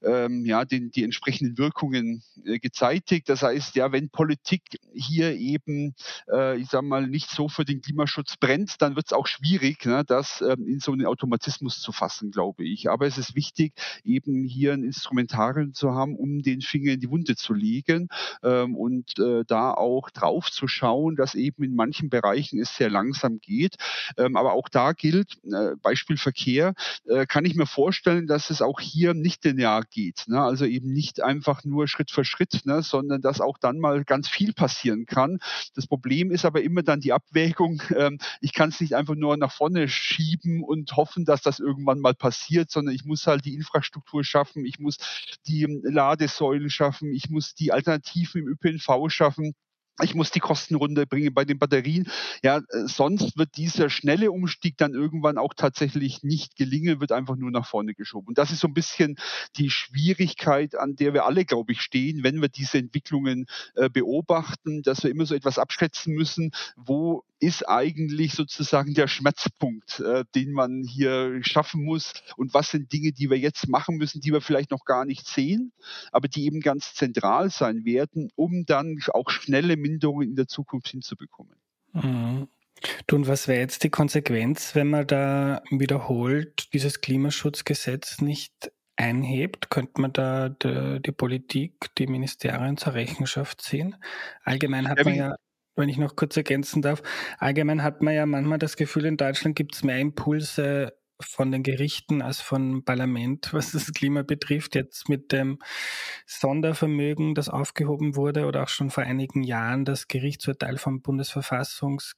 entsprechenden Wirkungen gezeitigt. Das heißt, ja, wenn Politik hier eben, ich sage mal, nicht so für den Klimaschutz brennt, dann wird es auch schwierig, ne, das in so einen Automatismus zu fassen, glaube ich. Aber es ist wichtig, eben hier ein Instrumentarium zu haben, um den Finger in die Wunde zu legen und da auch drauf zu schauen, dass eben in manchen Bereichen es sehr langsam geht. Aber auch da gilt, Beispiel Verkehr, kann ich mir vorstellen, dass es auch hier nicht linear geht. Ne? Also eben nicht einfach nur Schritt für Schritt, ne? Sondern dass auch dann mal ganz viel passieren kann. Das Problem ist aber immer dann die Abwägung. Ich kann es nicht einfach nur nach vorne schieben und hoffen, dass das irgendwann mal passiert, sondern ich muss halt die Infrastruktur schaffen, ich muss die Ladesäulen schaffen, ich muss die Alternativen im ÖPNV schaffen. Ich muss die Kosten runterbringen bei den Batterien. Ja, sonst wird dieser schnelle Umstieg dann irgendwann auch tatsächlich nicht gelingen, wird einfach nur nach vorne geschoben. Und das ist so ein bisschen die Schwierigkeit, an der wir alle, glaube ich, stehen, wenn wir diese Entwicklungen beobachten, dass wir immer so etwas abschätzen müssen, wo ist eigentlich sozusagen der Schmerzpunkt, den man hier schaffen muss und was sind Dinge, die wir jetzt machen müssen, die wir vielleicht noch gar nicht sehen, aber die eben ganz zentral sein werden, um dann auch schnelle Minderungen in der Zukunft hinzubekommen. Mhm. Du, und was wäre jetzt die Konsequenz, wenn man da wiederholt dieses Klimaschutzgesetz nicht einhebt? Könnte man da die Politik, die Ministerien zur Rechenschaft ziehen? Allgemein hat man ja, wenn ich noch kurz ergänzen darf, allgemein hat man ja manchmal das Gefühl, in Deutschland gibt es mehr Impulse von den Gerichten als vom Parlament, was das Klima betrifft. Jetzt mit dem Sondervermögen, das aufgehoben wurde, oder auch schon vor einigen Jahren das Gerichtsurteil vom Bundesverfassungsgericht,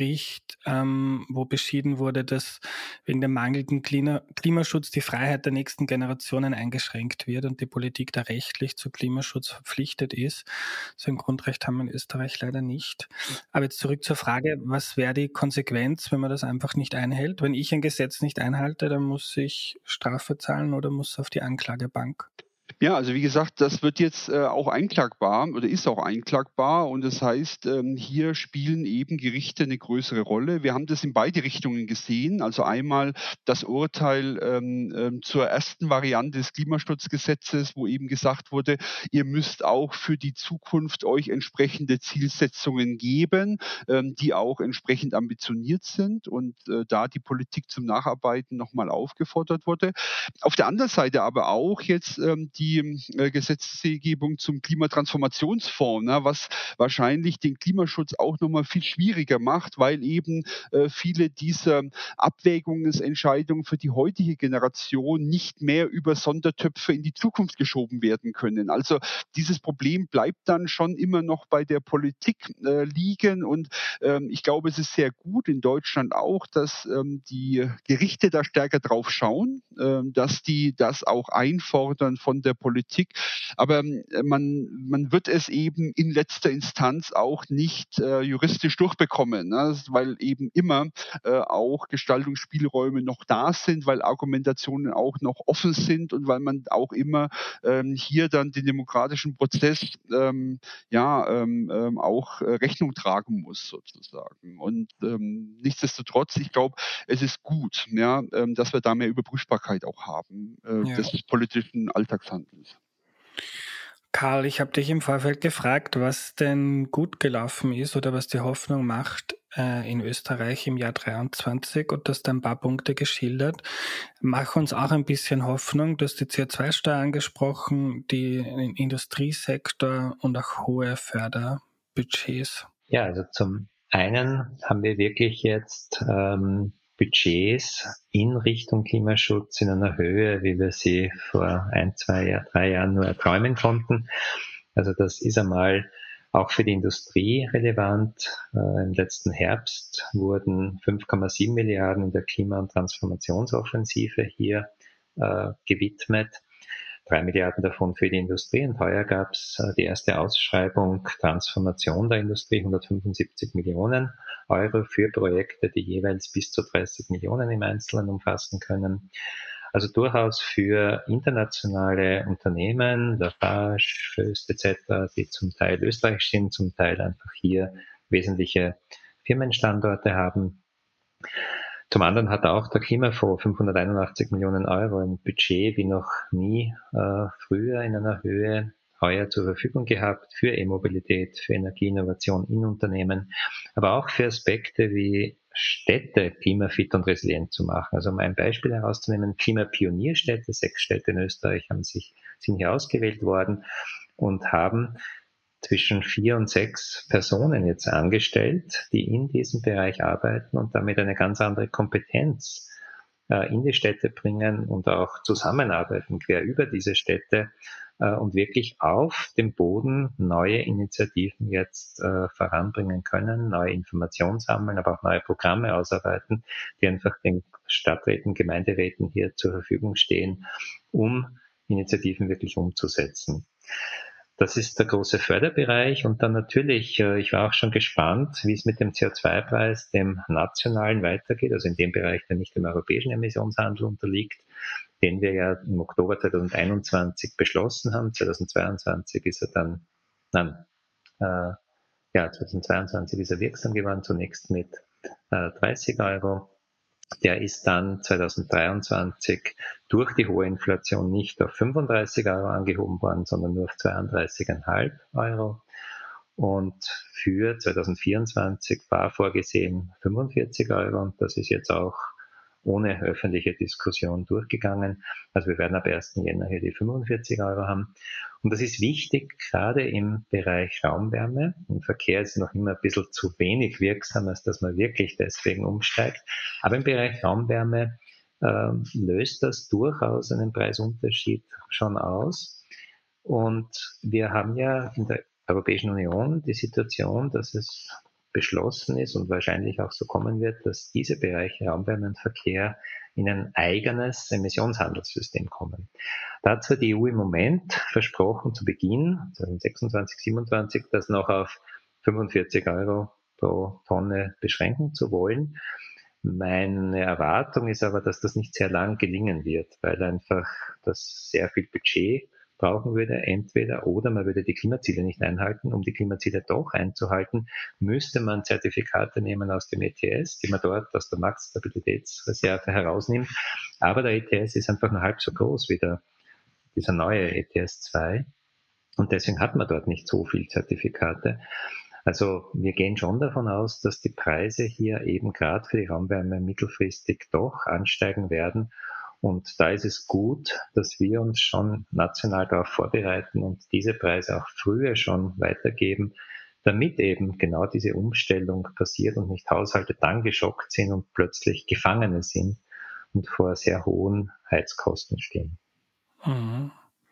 wo beschieden wurde, dass wegen dem mangelnden Klimaschutz die Freiheit der nächsten Generationen eingeschränkt wird und die Politik da rechtlich zu Klimaschutz verpflichtet ist. So ein Grundrecht haben wir in Österreich leider nicht. Aber jetzt zurück zur Frage, was wäre die Konsequenz, wenn man das einfach nicht einhält? Wenn ich ein Gesetz nicht einhalte, dann muss ich Strafe zahlen oder muss auf die Anklagebank? Ja, also wie gesagt, das wird jetzt auch einklagbar oder ist auch einklagbar und das heißt, hier spielen eben Gerichte eine größere Rolle. Wir haben das in beide Richtungen gesehen. Also einmal das Urteil zur ersten Variante des Klimaschutzgesetzes, wo eben gesagt wurde, ihr müsst auch für die Zukunft euch entsprechende Zielsetzungen geben, die auch entsprechend ambitioniert sind und da die Politik zum Nacharbeiten nochmal aufgefordert wurde. Auf der anderen Seite aber auch jetzt die Gesetzgebung zum Klimatransformationsfonds, ne, was wahrscheinlich den Klimaschutz auch nochmal viel schwieriger macht, weil eben viele dieser Abwägungsentscheidungen für die heutige Generation nicht mehr über Sondertöpfe in die Zukunft geschoben werden können. Also dieses Problem bleibt dann schon immer noch bei der Politik liegen und ich glaube, es ist sehr gut in Deutschland auch, dass die Gerichte da stärker drauf schauen, dass die das auch einfordern von der Politik. Aber man wird es eben in letzter Instanz auch nicht juristisch durchbekommen, ne? Weil eben immer auch Gestaltungsspielräume noch da sind, weil Argumentationen auch noch offen sind und weil man auch immer hier dann den demokratischen Prozess auch Rechnung tragen muss sozusagen. Und nichtsdestotrotz, ich glaube, es ist gut, ja, dass wir da mehr Überprüfbarkeit auch haben des politischen Alltagshandelns. Karl, ich habe dich im Vorfeld gefragt, was denn gut gelaufen ist oder was die Hoffnung macht in Österreich im Jahr 2023 und hast ein paar Punkte geschildert. Mach uns auch ein bisschen Hoffnung. Du hast die CO2-Steuer angesprochen, den Industriesektor und auch hohe Förderbudgets. Ja, also zum einen haben wir wirklich jetzt Budgets in Richtung Klimaschutz in einer Höhe, wie wir sie vor 1, 2, 3 Jahren nur erträumen konnten. Also das ist einmal auch für die Industrie relevant. Im letzten Herbst wurden 5,7 Milliarden in der Klima- und Transformationsoffensive hier gewidmet. 3 Milliarden davon für die Industrie. Und heuer gab es die erste Ausschreibung Transformation der Industrie, 175 Millionen Euro für Projekte, die jeweils bis zu 30 Millionen im Einzelnen umfassen können. Also durchaus für internationale Unternehmen, Lafarge, Föst etc., die zum Teil österreichisch sind, zum Teil einfach hier wesentliche Firmenstandorte haben. Zum anderen hat auch der Klimafonds 581 Millionen Euro im Budget wie noch nie früher in einer Höhe heuer zur Verfügung gehabt für E-Mobilität, für Energieinnovation in Unternehmen, aber auch für Aspekte wie Städte klimafit und resilient zu machen. Also um ein Beispiel herauszunehmen, Klimapionierstädte, 6 Städte in Österreich sind hier ausgewählt worden und haben zwischen 4 und 6 Personen jetzt angestellt, die in diesem Bereich arbeiten und damit eine ganz andere Kompetenz in die Städte bringen und auch zusammenarbeiten quer über diese Städte und wirklich auf dem Boden neue Initiativen jetzt voranbringen können, neue Informationen sammeln, aber auch neue Programme ausarbeiten, die einfach den Stadträten, Gemeinderäten hier zur Verfügung stehen, um Initiativen wirklich umzusetzen. Das ist der große Förderbereich und dann natürlich, ich war auch schon gespannt, wie es mit dem CO2-Preis, dem nationalen weitergeht, also in dem Bereich, der nicht dem europäischen Emissionshandel unterliegt, den wir ja im Oktober 2021 beschlossen haben. 2022 ist er dann, nein, 2022 ist er wirksam geworden, zunächst mit 30 Euro. Der ist dann 2023 durch die hohe Inflation nicht auf 35 Euro angehoben worden, sondern nur auf 32,5 Euro. Und für 2024 war vorgesehen 45 Euro und das ist jetzt auch ohne öffentliche Diskussion durchgegangen. Also wir werden ab 1. Jänner hier die 45 Euro haben. Und das ist wichtig, gerade im Bereich Raumwärme. Im Verkehr ist es noch immer ein bisschen zu wenig wirksam, als dass man wirklich deswegen umsteigt. Aber im Bereich Raumwärme löst das durchaus einen Preisunterschied schon aus. Und wir haben ja in der Europäischen Union die Situation, dass es beschlossen ist und wahrscheinlich auch so kommen wird, dass diese Bereiche Raumwärme und Verkehr in ein eigenes Emissionshandelssystem kommen. Da hat zwar die EU im Moment versprochen, zu Beginn 2026, 2027, das noch auf 45 Euro pro Tonne beschränken zu wollen. Meine Erwartung ist aber, dass das nicht sehr lang gelingen wird, weil einfach das sehr viel Budget brauchen würde, entweder oder man würde die Klimaziele nicht einhalten. Um die Klimaziele doch einzuhalten, müsste man Zertifikate nehmen aus dem ETS, die man dort aus der Marktstabilitätsreserve herausnimmt. Aber der ETS ist einfach nur halb so groß wie dieser neue ETS 2 und deswegen hat man dort nicht so viel Zertifikate. Also wir gehen schon davon aus, dass die Preise hier eben gerade für die Raumwärme mittelfristig doch ansteigen werden. Und da ist es gut, dass wir uns schon national darauf vorbereiten und diese Preise auch früher schon weitergeben, damit eben genau diese Umstellung passiert und nicht Haushalte dann geschockt sind und plötzlich Gefangene sind und vor sehr hohen Heizkosten stehen. Mhm.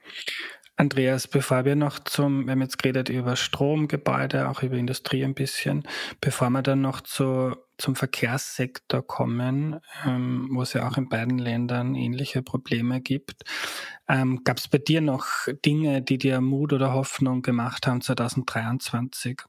Andreas, bevor wir wir haben jetzt geredet über Stromgebäude, auch über Industrie ein bisschen, bevor wir dann noch zum Verkehrssektor kommen, wo es ja auch in beiden Ländern ähnliche Probleme gibt, gab es bei dir noch Dinge, die dir Mut oder Hoffnung gemacht haben 2023?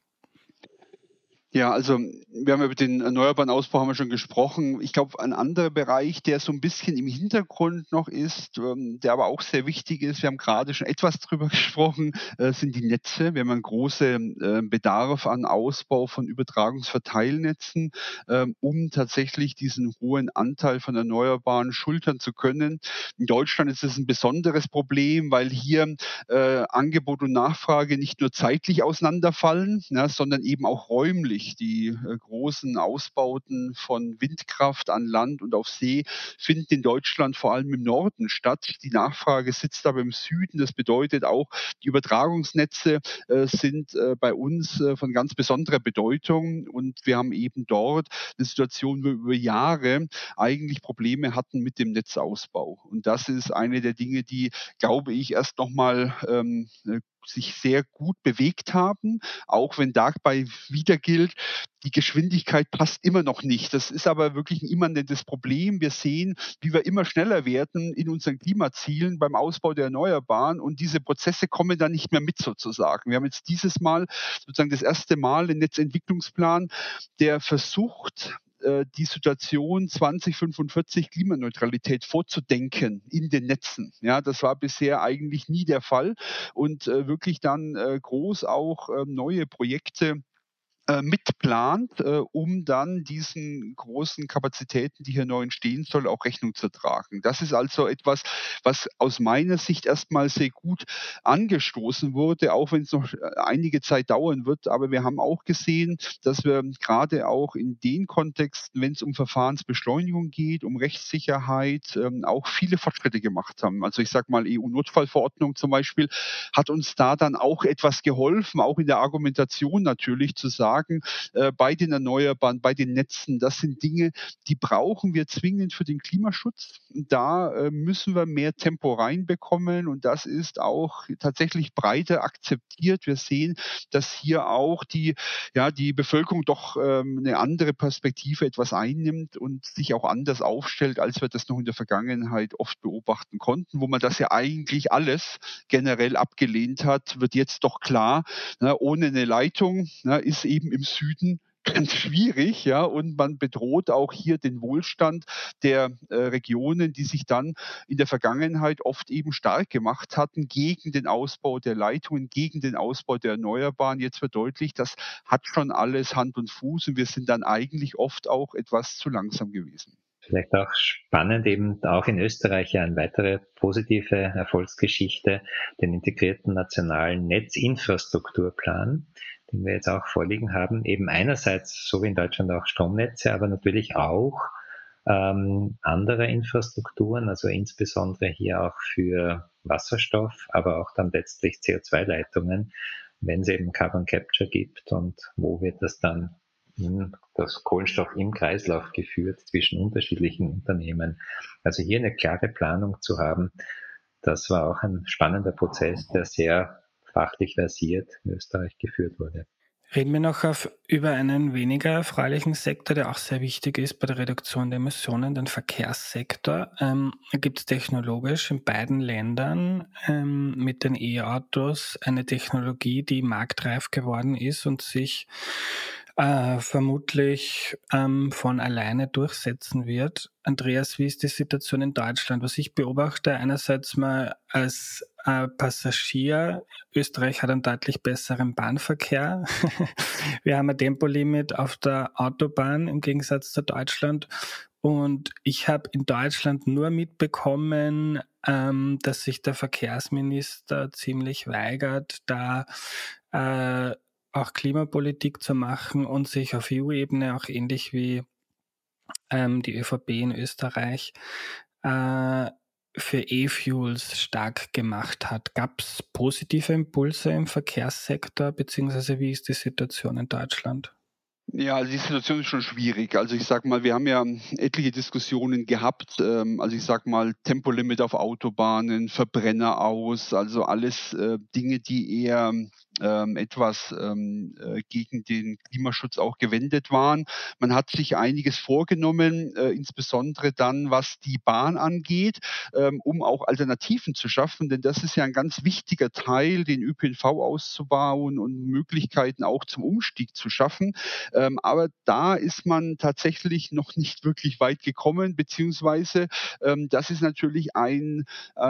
Ja, also wir haben über den erneuerbaren Ausbau haben wir schon gesprochen. Ich glaube, ein anderer Bereich, der so ein bisschen im Hintergrund noch ist, der aber auch sehr wichtig ist, wir haben gerade schon etwas drüber gesprochen, sind die Netze. Wir haben einen großen Bedarf an Ausbau von Übertragungsverteilnetzen, um tatsächlich diesen hohen Anteil von Erneuerbaren schultern zu können. In Deutschland ist es ein besonderes Problem, weil hier Angebot und Nachfrage nicht nur zeitlich auseinanderfallen, ja, sondern eben auch räumlich. Die großen Ausbauten von Windkraft an Land und auf See finden in Deutschland vor allem im Norden statt. Die Nachfrage sitzt aber im Süden. Das bedeutet auch, die Übertragungsnetze sind bei uns von ganz besonderer Bedeutung. Und wir haben eben dort eine Situation, wo wir über Jahre eigentlich Probleme hatten mit dem Netzausbau. Und das ist eine der Dinge, die, glaube ich, erst nochmal sich sehr gut bewegt haben, auch wenn dabei wieder gilt, die Geschwindigkeit passt immer noch nicht. Das ist aber wirklich ein immanentes Problem. Wir sehen, wie wir immer schneller werden in unseren Klimazielen beim Ausbau der Erneuerbaren und diese Prozesse kommen dann nicht mehr mit sozusagen. Wir haben jetzt dieses Mal sozusagen das erste Mal den Netzentwicklungsplan, der versucht, die Situation 2045 Klimaneutralität vorzudenken in den Netzen. Ja, das war bisher eigentlich nie der Fall und wirklich dann groß auch neue Projekte mitplant, um dann diesen großen Kapazitäten, die hier neu entstehen soll, auch Rechnung zu tragen. Das ist also etwas, was aus meiner Sicht erstmal sehr gut angestoßen wurde, auch wenn es noch einige Zeit dauern wird. Aber wir haben auch gesehen, dass wir gerade auch in den Kontexten, wenn es um Verfahrensbeschleunigung geht, um Rechtssicherheit, auch viele Fortschritte gemacht haben. Also ich sage mal, EU-Notfallverordnung zum Beispiel hat uns da dann auch etwas geholfen, auch in der Argumentation natürlich zu sagen, bei den Erneuerbaren, bei den Netzen, das sind Dinge, die brauchen wir zwingend für den Klimaschutz. Da müssen wir mehr Tempo reinbekommen und das ist auch tatsächlich breiter akzeptiert. Wir sehen, dass hier auch die Bevölkerung doch eine andere Perspektive etwas einnimmt und sich auch anders aufstellt, als wir das noch in der Vergangenheit oft beobachten konnten, wo man das ja eigentlich alles generell abgelehnt hat, wird jetzt doch klar, ohne eine Leitung ist eben im Süden ganz schwierig, ja, und man bedroht auch hier den Wohlstand der Regionen, die sich dann in der Vergangenheit oft eben stark gemacht hatten gegen den Ausbau der Leitungen, gegen den Ausbau der Erneuerbaren. Jetzt wird deutlich, das hat schon alles Hand und Fuß und wir sind dann eigentlich oft auch etwas zu langsam gewesen. Vielleicht auch spannend, eben auch in Österreich ja eine weitere positive Erfolgsgeschichte, den integrierten nationalen Netzinfrastrukturplan, den wir jetzt auch vorliegen haben. Eben einerseits, so wie in Deutschland, auch Stromnetze, aber natürlich auch andere Infrastrukturen, also insbesondere hier auch für Wasserstoff, aber auch dann letztlich CO2-Leitungen, wenn es eben Carbon Capture gibt und wo wird das dann das Kohlenstoff im Kreislauf geführt zwischen unterschiedlichen Unternehmen. Also hier eine klare Planung zu haben, das war auch ein spannender Prozess, der sehr fachlich versiert in Österreich geführt wurde. Reden wir noch über einen weniger erfreulichen Sektor, der auch sehr wichtig ist bei der Reduktion der Emissionen, den Verkehrssektor. Gibt es technologisch in beiden Ländern mit den E-Autos eine Technologie, die marktreif geworden ist und sich vermutlich von alleine durchsetzen wird. Andreas, wie ist die Situation in Deutschland? Was ich beobachte, einerseits mal als Passagier, Österreich hat einen deutlich besseren Bahnverkehr. Wir haben ein Tempolimit auf der Autobahn im Gegensatz zu Deutschland. Und ich habe in Deutschland nur mitbekommen, dass sich der Verkehrsminister ziemlich weigert, da auch Klimapolitik zu machen und sich auf EU-Ebene auch ähnlich wie die ÖVP in Österreich für E-Fuels stark gemacht hat. Gab es positive Impulse im Verkehrssektor, beziehungsweise wie ist die Situation in Deutschland? Ja, also die Situation ist schon schwierig. Also ich sage mal, wir haben ja etliche Diskussionen gehabt. Also ich sage mal, Tempolimit auf Autobahnen, Verbrenner aus, also alles Dinge, die eher etwas gegen den Klimaschutz auch gewendet waren. Man hat sich einiges vorgenommen, insbesondere dann, was die Bahn angeht, um auch Alternativen zu schaffen, denn das ist ja ein ganz wichtiger Teil, den ÖPNV auszubauen und Möglichkeiten auch zum Umstieg zu schaffen. Aber da ist man tatsächlich noch nicht wirklich weit gekommen, beziehungsweise das ist natürlich ein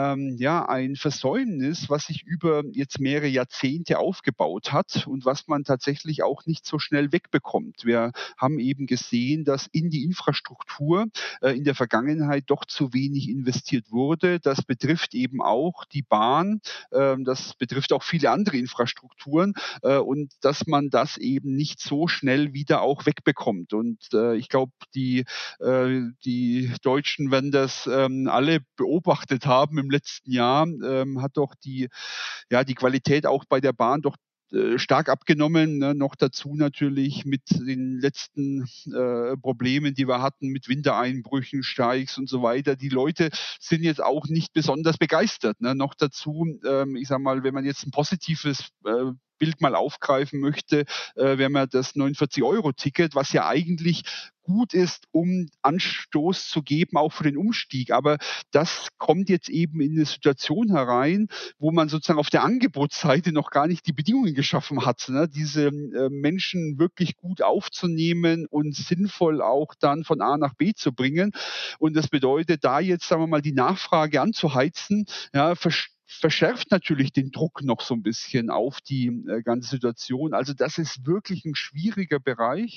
Versäumnis, was sich über jetzt mehrere Jahrzehnte aufgebaut hat und was man tatsächlich auch nicht so schnell wegbekommt. Wir haben eben gesehen, dass in die Infrastruktur in der Vergangenheit doch zu wenig investiert wurde. Das betrifft eben auch die Bahn, das betrifft auch viele andere Infrastrukturen und dass man das eben nicht so schnell wieder auch wegbekommt. Und ich glaube, die Deutschen werden das alle beobachtet haben im letzten Jahr, hat doch die Qualität auch bei der Bahn doch stark abgenommen, ne? Noch dazu natürlich mit den letzten Problemen, die wir hatten mit Wintereinbrüchen, Streiks und so weiter. Die Leute sind jetzt auch nicht besonders begeistert. Ne? Noch dazu, ich sage mal, wenn man jetzt ein positives Bild mal aufgreifen möchte, wenn man das 49-Euro-Ticket, was ja eigentlich gut ist, um Anstoß zu geben, auch für den Umstieg. Aber das kommt jetzt eben in eine Situation herein, wo man sozusagen auf der Angebotsseite noch gar nicht die Bedingungen geschaffen hat, ne? Diese Menschen wirklich gut aufzunehmen und sinnvoll auch dann von A nach B zu bringen. Und das bedeutet, da jetzt, sagen wir mal, die Nachfrage anzuheizen, ja, verschärft natürlich den Druck noch so ein bisschen auf die ganze Situation. Also das ist wirklich ein schwieriger Bereich,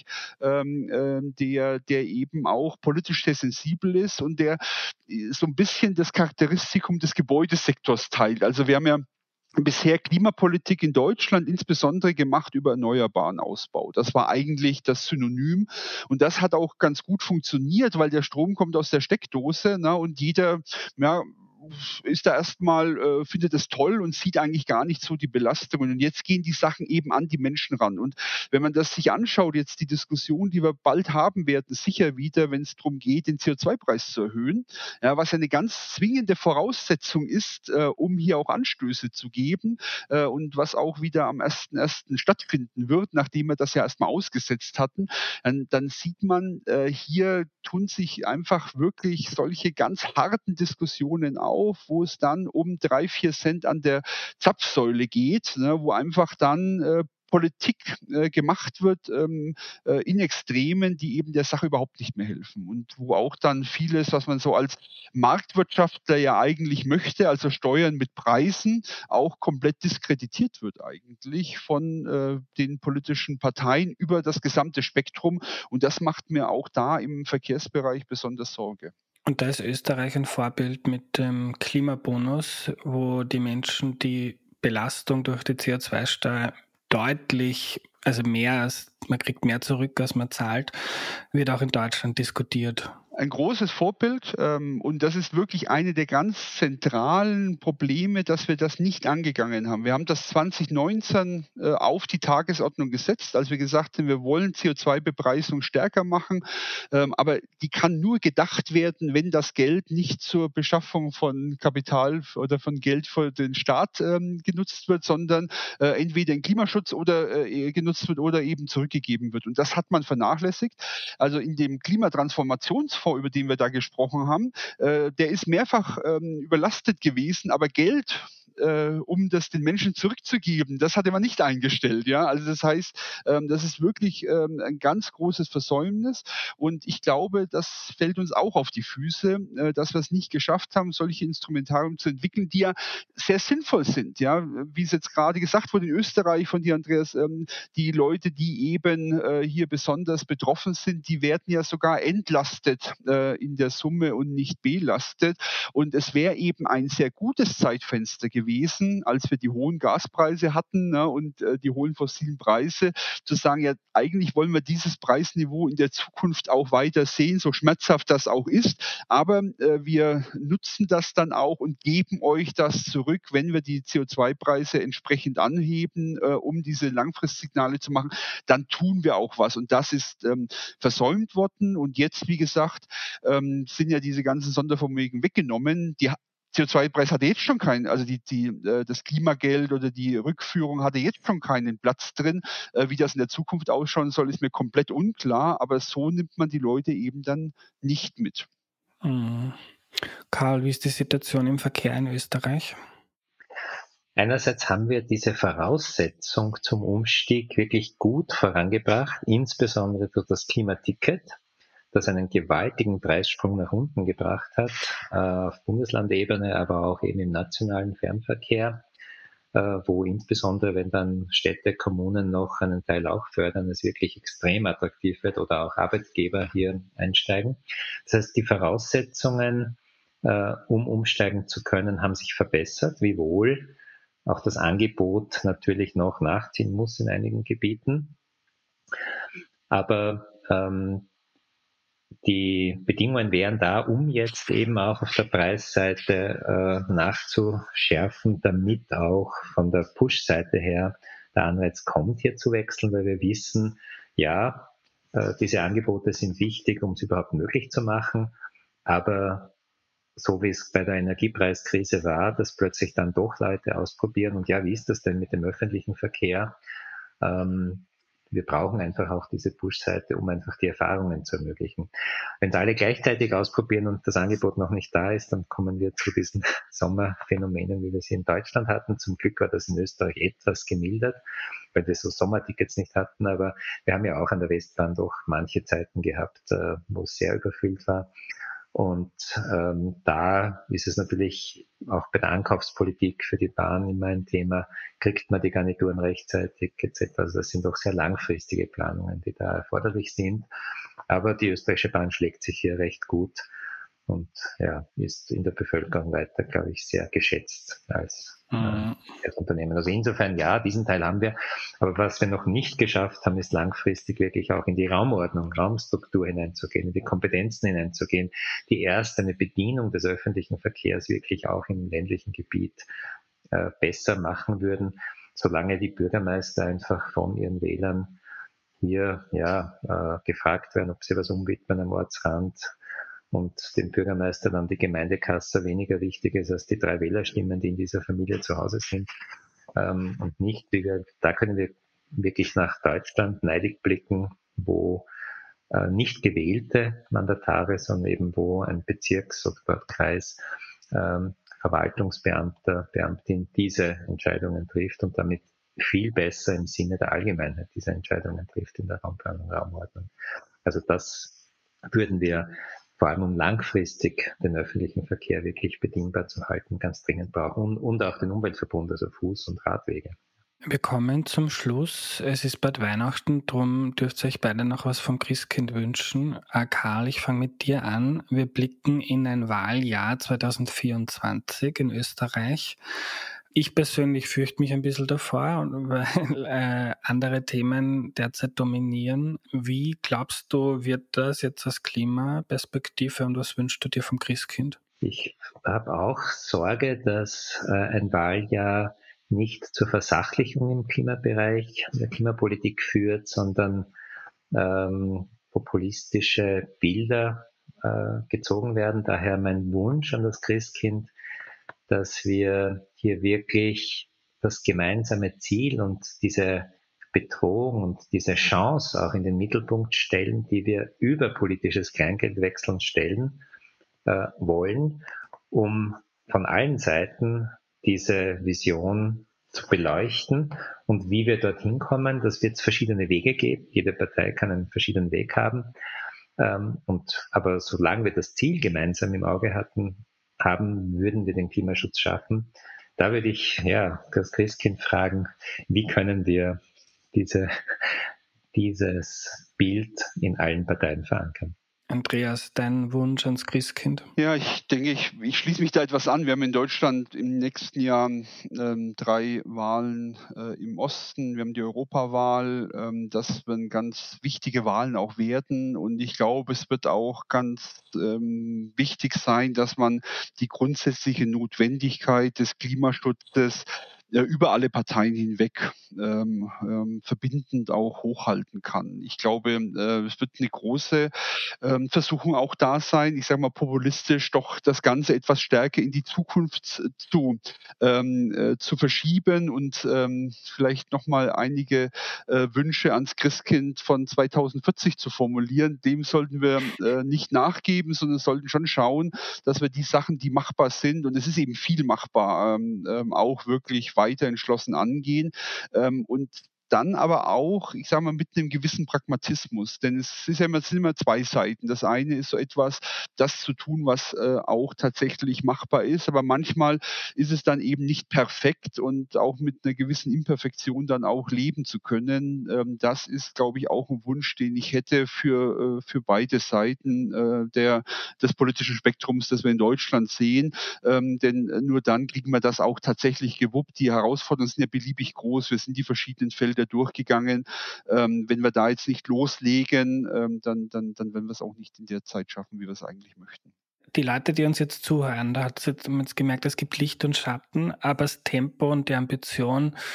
der eben auch politisch sehr sensibel ist und der so ein bisschen das Charakteristikum des Gebäudesektors teilt. Also wir haben ja bisher Klimapolitik in Deutschland insbesondere gemacht über erneuerbaren Ausbau. Das war eigentlich das Synonym. Und das hat auch ganz gut funktioniert, weil der Strom kommt aus der Steckdose, ne, und jeder, ja, ist da erstmal, findet es toll und sieht eigentlich gar nicht so die Belastungen. Und jetzt gehen die Sachen eben an die Menschen ran. Und wenn man das sich anschaut, jetzt die Diskussion, die wir bald haben werden, sicher wieder, wenn es darum geht, den CO2-Preis zu erhöhen, ja, was eine ganz zwingende Voraussetzung ist, um hier auch Anstöße zu geben, und was auch wieder am 1.1. stattfinden wird, nachdem wir das ja erstmal ausgesetzt hatten, dann sieht man, hier tun sich einfach wirklich solche ganz harten Diskussionen auf, wo es dann um 3-4 Cent an der Zapfsäule geht, ne, wo einfach dann Politik gemacht wird in Extremen, die eben der Sache überhaupt nicht mehr helfen und wo auch dann vieles, was man so als Marktwirtschaftler ja eigentlich möchte, also Steuern mit Preisen, auch komplett diskreditiert wird eigentlich von den politischen Parteien über das gesamte Spektrum und das macht mir auch da im Verkehrsbereich besonders Sorge. Und da ist Österreich ein Vorbild mit dem Klimabonus, wo die Menschen die Belastung durch die CO2-Steuer deutlich, also mehr als, man kriegt mehr zurück, als man zahlt, wird auch in Deutschland diskutiert. Ein großes Vorbild und das ist wirklich eine der ganz zentralen Probleme, dass wir das nicht angegangen haben. Wir haben das 2019 auf die Tagesordnung gesetzt, als wir gesagt haben, wir wollen CO2-Bepreisung stärker machen, aber die kann nur gedacht werden, wenn das Geld nicht zur Beschaffung von Kapital oder von Geld für den Staat genutzt wird, sondern entweder in Klimaschutz oder genutzt wird oder eben zurückgegeben wird. Und das hat man vernachlässigt. Also in dem Klimatransformationsfonds, über den wir da gesprochen haben, der ist mehrfach überlastet gewesen, aber Geld, um das den Menschen zurückzugeben, das hatte man nicht eingestellt. Ja? Also das heißt, das ist wirklich ein ganz großes Versäumnis und ich glaube, das fällt uns auch auf die Füße, dass wir es nicht geschafft haben, solche Instrumentarien zu entwickeln, die ja sehr sinnvoll sind. Ja? Wie es jetzt gerade gesagt wurde in Österreich von dir, Andreas, die Leute, die eben hier besonders betroffen sind, die werden ja sogar entlastet in der Summe und nicht belastet. Und es wäre eben ein sehr gutes Zeitfenster gewesen, als wir die hohen Gaspreise hatten, ne, und die hohen fossilen Preise, zu sagen, ja, eigentlich wollen wir dieses Preisniveau in der Zukunft auch weiter sehen, so schmerzhaft das auch ist. Aber wir nutzen das dann auch und geben euch das zurück, wenn wir die CO2-Preise entsprechend anheben, um diese Langfristsignale zu machen, dann tun wir auch was. Und das ist versäumt worden. Und jetzt, wie gesagt, sind ja diese ganzen Sondervermögen weggenommen. Die CO2-Preis hatte jetzt schon keinen, also das Klimageld oder die Rückführung hatte jetzt schon keinen Platz drin. Wie das in der Zukunft ausschauen soll, ist mir komplett unklar. Aber so nimmt man die Leute eben dann nicht mit. Mhm. Karl, wie ist die Situation im Verkehr in Österreich? Einerseits haben wir diese Voraussetzung zum Umstieg wirklich gut vorangebracht, insbesondere durch das Klimaticket, das einen gewaltigen Preissprung nach unten gebracht hat, auf Bundeslandebene, aber auch eben im nationalen Fernverkehr, wo insbesondere, wenn dann Städte, Kommunen noch einen Teil auch fördern, es wirklich extrem attraktiv wird oder auch Arbeitgeber hier einsteigen. Das heißt, die Voraussetzungen, um umsteigen zu können, haben sich verbessert, wiewohl auch das Angebot natürlich noch nachziehen muss in einigen Gebieten. Aber die Bedingungen wären da, um jetzt eben auch auf der Preisseite nachzuschärfen, damit auch von der Push-Seite her der Anreiz kommt, hier zu wechseln, weil wir wissen, ja, diese Angebote sind wichtig, um es überhaupt möglich zu machen, aber so wie es bei der Energiepreiskrise war, dass plötzlich dann doch Leute ausprobieren und ja, wie ist das denn mit dem öffentlichen Verkehr? Wir brauchen einfach auch diese Push-Seite, um einfach die Erfahrungen zu ermöglichen. Wenn es alle gleichzeitig ausprobieren und das Angebot noch nicht da ist, dann kommen wir zu diesen Sommerphänomenen, wie wir sie in Deutschland hatten. Zum Glück war das in Österreich etwas gemildert, weil wir so Sommertickets nicht hatten, aber wir haben ja auch an der Westbahn doch manche Zeiten gehabt, wo es sehr überfüllt war. Und da ist es natürlich auch bei der Ankaufspolitik für die Bahn immer ein Thema, kriegt man die Garnituren rechtzeitig etc. Also das sind doch sehr langfristige Planungen, die da erforderlich sind. Aber die österreichische Bahn schlägt sich hier recht gut und ja, ist in der Bevölkerung weiter, glaube ich, sehr geschätzt als Unternehmen. Also insofern, ja, diesen Teil haben wir. Aber was wir noch nicht geschafft haben, ist langfristig wirklich auch in die Raumordnung, Raumstruktur hineinzugehen, in die Kompetenzen hineinzugehen, die erst eine Bedienung des öffentlichen Verkehrs wirklich auch im ländlichen Gebiet besser machen würden, solange die Bürgermeister einfach von ihren Wählern hier gefragt werden, ob sie was umwidmen am Ortsrand und dem Bürgermeister dann die Gemeindekasse weniger wichtig ist als die 3 Wählerstimmen, die in dieser Familie zu Hause sind. Und nicht, da können wir wirklich nach Deutschland neidig blicken, wo nicht gewählte Mandatare, sondern eben wo ein Bezirks- oder Kreis Verwaltungsbeamter, Beamtin diese Entscheidungen trifft und damit viel besser im Sinne der Allgemeinheit diese Entscheidungen trifft in der Raumplanung, Raumordnung. Also das würden wir vor allem um langfristig den öffentlichen Verkehr wirklich bedienbar zu halten, ganz dringend brauchen und auch den Umweltverbund, also Fuß- und Radwege. Wir kommen zum Schluss. Es ist bald Weihnachten, darum dürft ihr euch beide noch was vom Christkind wünschen. Karl, ich fange mit dir an. Wir blicken in ein Wahljahr 2024 in Österreich. Ich persönlich fürchte mich ein bisschen davor, weil andere Themen derzeit dominieren. Wie glaubst du, wird das jetzt als Klimaperspektive und was wünschst du dir vom Christkind? Ich habe auch Sorge, dass ein Wahljahr nicht zur Versachlichung im Klimabereich, der Klimapolitik führt, sondern populistische Bilder gezogen werden. Daher mein Wunsch an das Christkind, dass wir hier wirklich das gemeinsame Ziel und diese Bedrohung und diese Chance auch in den Mittelpunkt stellen, die wir über politisches Kleingeldwechseln stellen wollen, um von allen Seiten diese Vision zu beleuchten. Und wie wir dorthin kommen, das wird es verschiedene Wege geben. Jede Partei kann einen verschiedenen Weg haben. Aber solange wir das Ziel gemeinsam im Auge haben, würden wir den Klimaschutz schaffen. Da würde ich das Christkind fragen, wie können wir dieses Bild in allen Parteien verankern? Andreas, dein Wunsch ans Christkind? Ja, ich denke, ich schließe mich da etwas an. Wir haben in Deutschland im nächsten Jahr 3 Wahlen im Osten. Wir haben die Europawahl. Das werden ganz wichtige Wahlen auch werden. Und ich glaube, es wird auch ganz wichtig sein, dass man die grundsätzliche Notwendigkeit des Klimaschutzes über alle Parteien hinweg verbindend auch hochhalten kann. Ich glaube, es wird eine große Versuchung auch da sein, ich sage mal populistisch, doch das Ganze etwas stärker in die Zukunft zu verschieben und vielleicht nochmal einige Wünsche ans Christkind von 2040 zu formulieren. Dem sollten wir nicht nachgeben, sondern sollten schon schauen, dass wir die Sachen, die machbar sind, und es ist eben viel machbar, auch wirklich weiter entschlossen angehen und dann aber auch, ich sage mal, mit einem gewissen Pragmatismus. Denn es sind immer 2 Seiten. Das eine ist so etwas, das zu tun, was auch tatsächlich machbar ist. Aber manchmal ist es dann eben nicht perfekt und auch mit einer gewissen Imperfektion dann auch leben zu können. Das ist, glaube ich, auch ein Wunsch, den ich hätte für beide Seiten des politischen Spektrums, das wir in Deutschland sehen. Denn nur dann kriegen wir das auch tatsächlich gewuppt. Die Herausforderungen sind ja beliebig groß. Wir sind die verschiedenen Felder durchgegangen. Wenn wir da jetzt nicht loslegen, dann werden wir es auch nicht in der Zeit schaffen, wie wir es eigentlich möchten. Die Leute, die uns jetzt zuhören, da hat man jetzt gemerkt, es gibt Licht und Schatten, aber das Tempo und die Ambition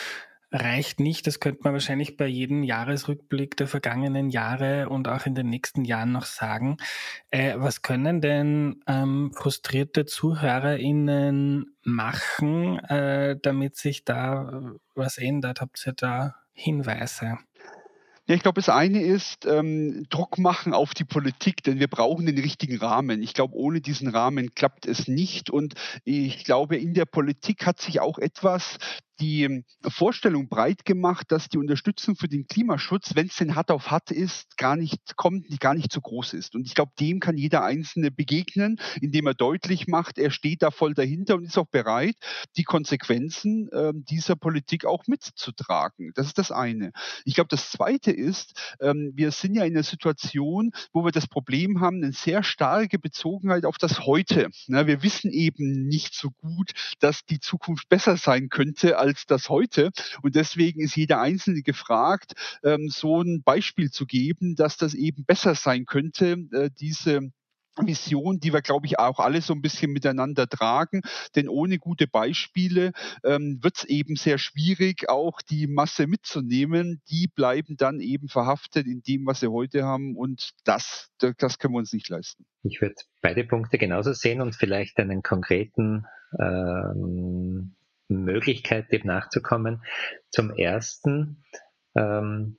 reicht nicht. Das könnte man wahrscheinlich bei jedem Jahresrückblick der vergangenen Jahre und auch in den nächsten Jahren noch sagen. Was können denn frustrierte ZuhörerInnen machen, damit sich da was ändert? Habt ihr da Hinweise? Ja, ich glaube, das eine ist Druck machen auf die Politik, denn wir brauchen den richtigen Rahmen. Ich glaube, ohne diesen Rahmen klappt es nicht. Und ich glaube, in der Politik hat sich auch etwas die Vorstellung breit gemacht, dass die Unterstützung für den Klimaschutz, wenn es denn hart auf hart ist, gar nicht so groß ist. Und ich glaube, dem kann jeder Einzelne begegnen, indem er deutlich macht, er steht da voll dahinter und ist auch bereit, die Konsequenzen dieser Politik auch mitzutragen. Das ist das eine. Ich glaube, das zweite ist, wir sind ja in einer Situation, wo wir das Problem haben, eine sehr starke Bezogenheit auf das Heute. Na, wir wissen eben nicht so gut, dass die Zukunft besser sein könnte als das Heute. Und deswegen ist jeder Einzelne gefragt, so ein Beispiel zu geben, dass das eben besser sein könnte, diese Vision, die wir, glaube ich, auch alle so ein bisschen miteinander tragen. Denn ohne gute Beispiele wird es eben sehr schwierig, auch die Masse mitzunehmen. Die bleiben dann eben verhaftet in dem, was sie heute haben. Und das können wir uns nicht leisten. Ich würde beide Punkte genauso sehen und vielleicht einen konkreten Möglichkeit, dem nachzukommen. Zum Ersten den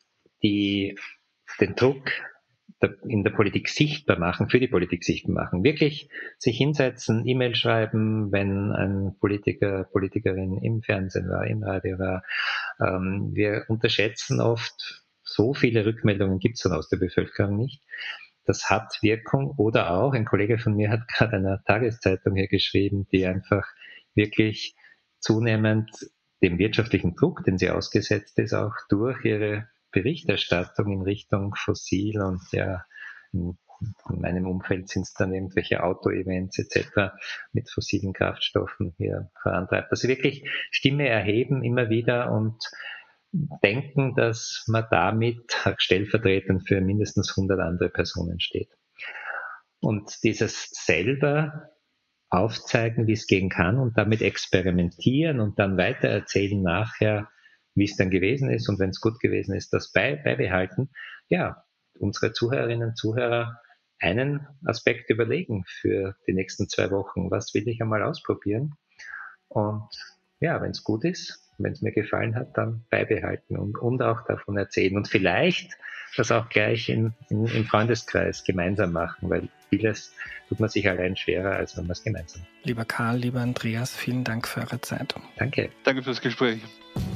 Druck in der Politik sichtbar machen, für die Politik sichtbar machen. Wirklich sich hinsetzen, E-Mail schreiben, wenn ein Politiker, Politikerin im Fernsehen war, im Radio war. Wir unterschätzen oft, so viele Rückmeldungen gibt es dann aus der Bevölkerung nicht. Das hat Wirkung. Oder auch, ein Kollege von mir hat gerade einer Tageszeitung hier geschrieben, die einfach wirklich zunehmend dem wirtschaftlichen Druck, den sie ausgesetzt ist, auch durch ihre Berichterstattung in Richtung Fossil und ja, in meinem Umfeld sind es dann irgendwelche Auto-Events etc. mit fossilen Kraftstoffen hier vorantreibt. Also wirklich Stimme erheben immer wieder und denken, dass man damit stellvertretend für mindestens 100 andere Personen steht. Und dieses selber aufzeigen, wie es gehen kann und damit experimentieren und dann weitererzählen nachher, wie es dann gewesen ist und wenn es gut gewesen ist, das beibehalten. Ja, unsere Zuhörerinnen und Zuhörer einen Aspekt überlegen für die nächsten 2 Wochen. Was will ich einmal ausprobieren? Und ja, wenn es gut ist, wenn es mir gefallen hat, dann beibehalten und auch davon erzählen. Und vielleicht das auch gleich im Freundeskreis gemeinsam machen, weil vieles tut man sich allein schwerer, als wenn man es gemeinsam macht. Lieber Karl, lieber Andreas, vielen Dank für eure Zeit. Danke. Danke fürs Gespräch.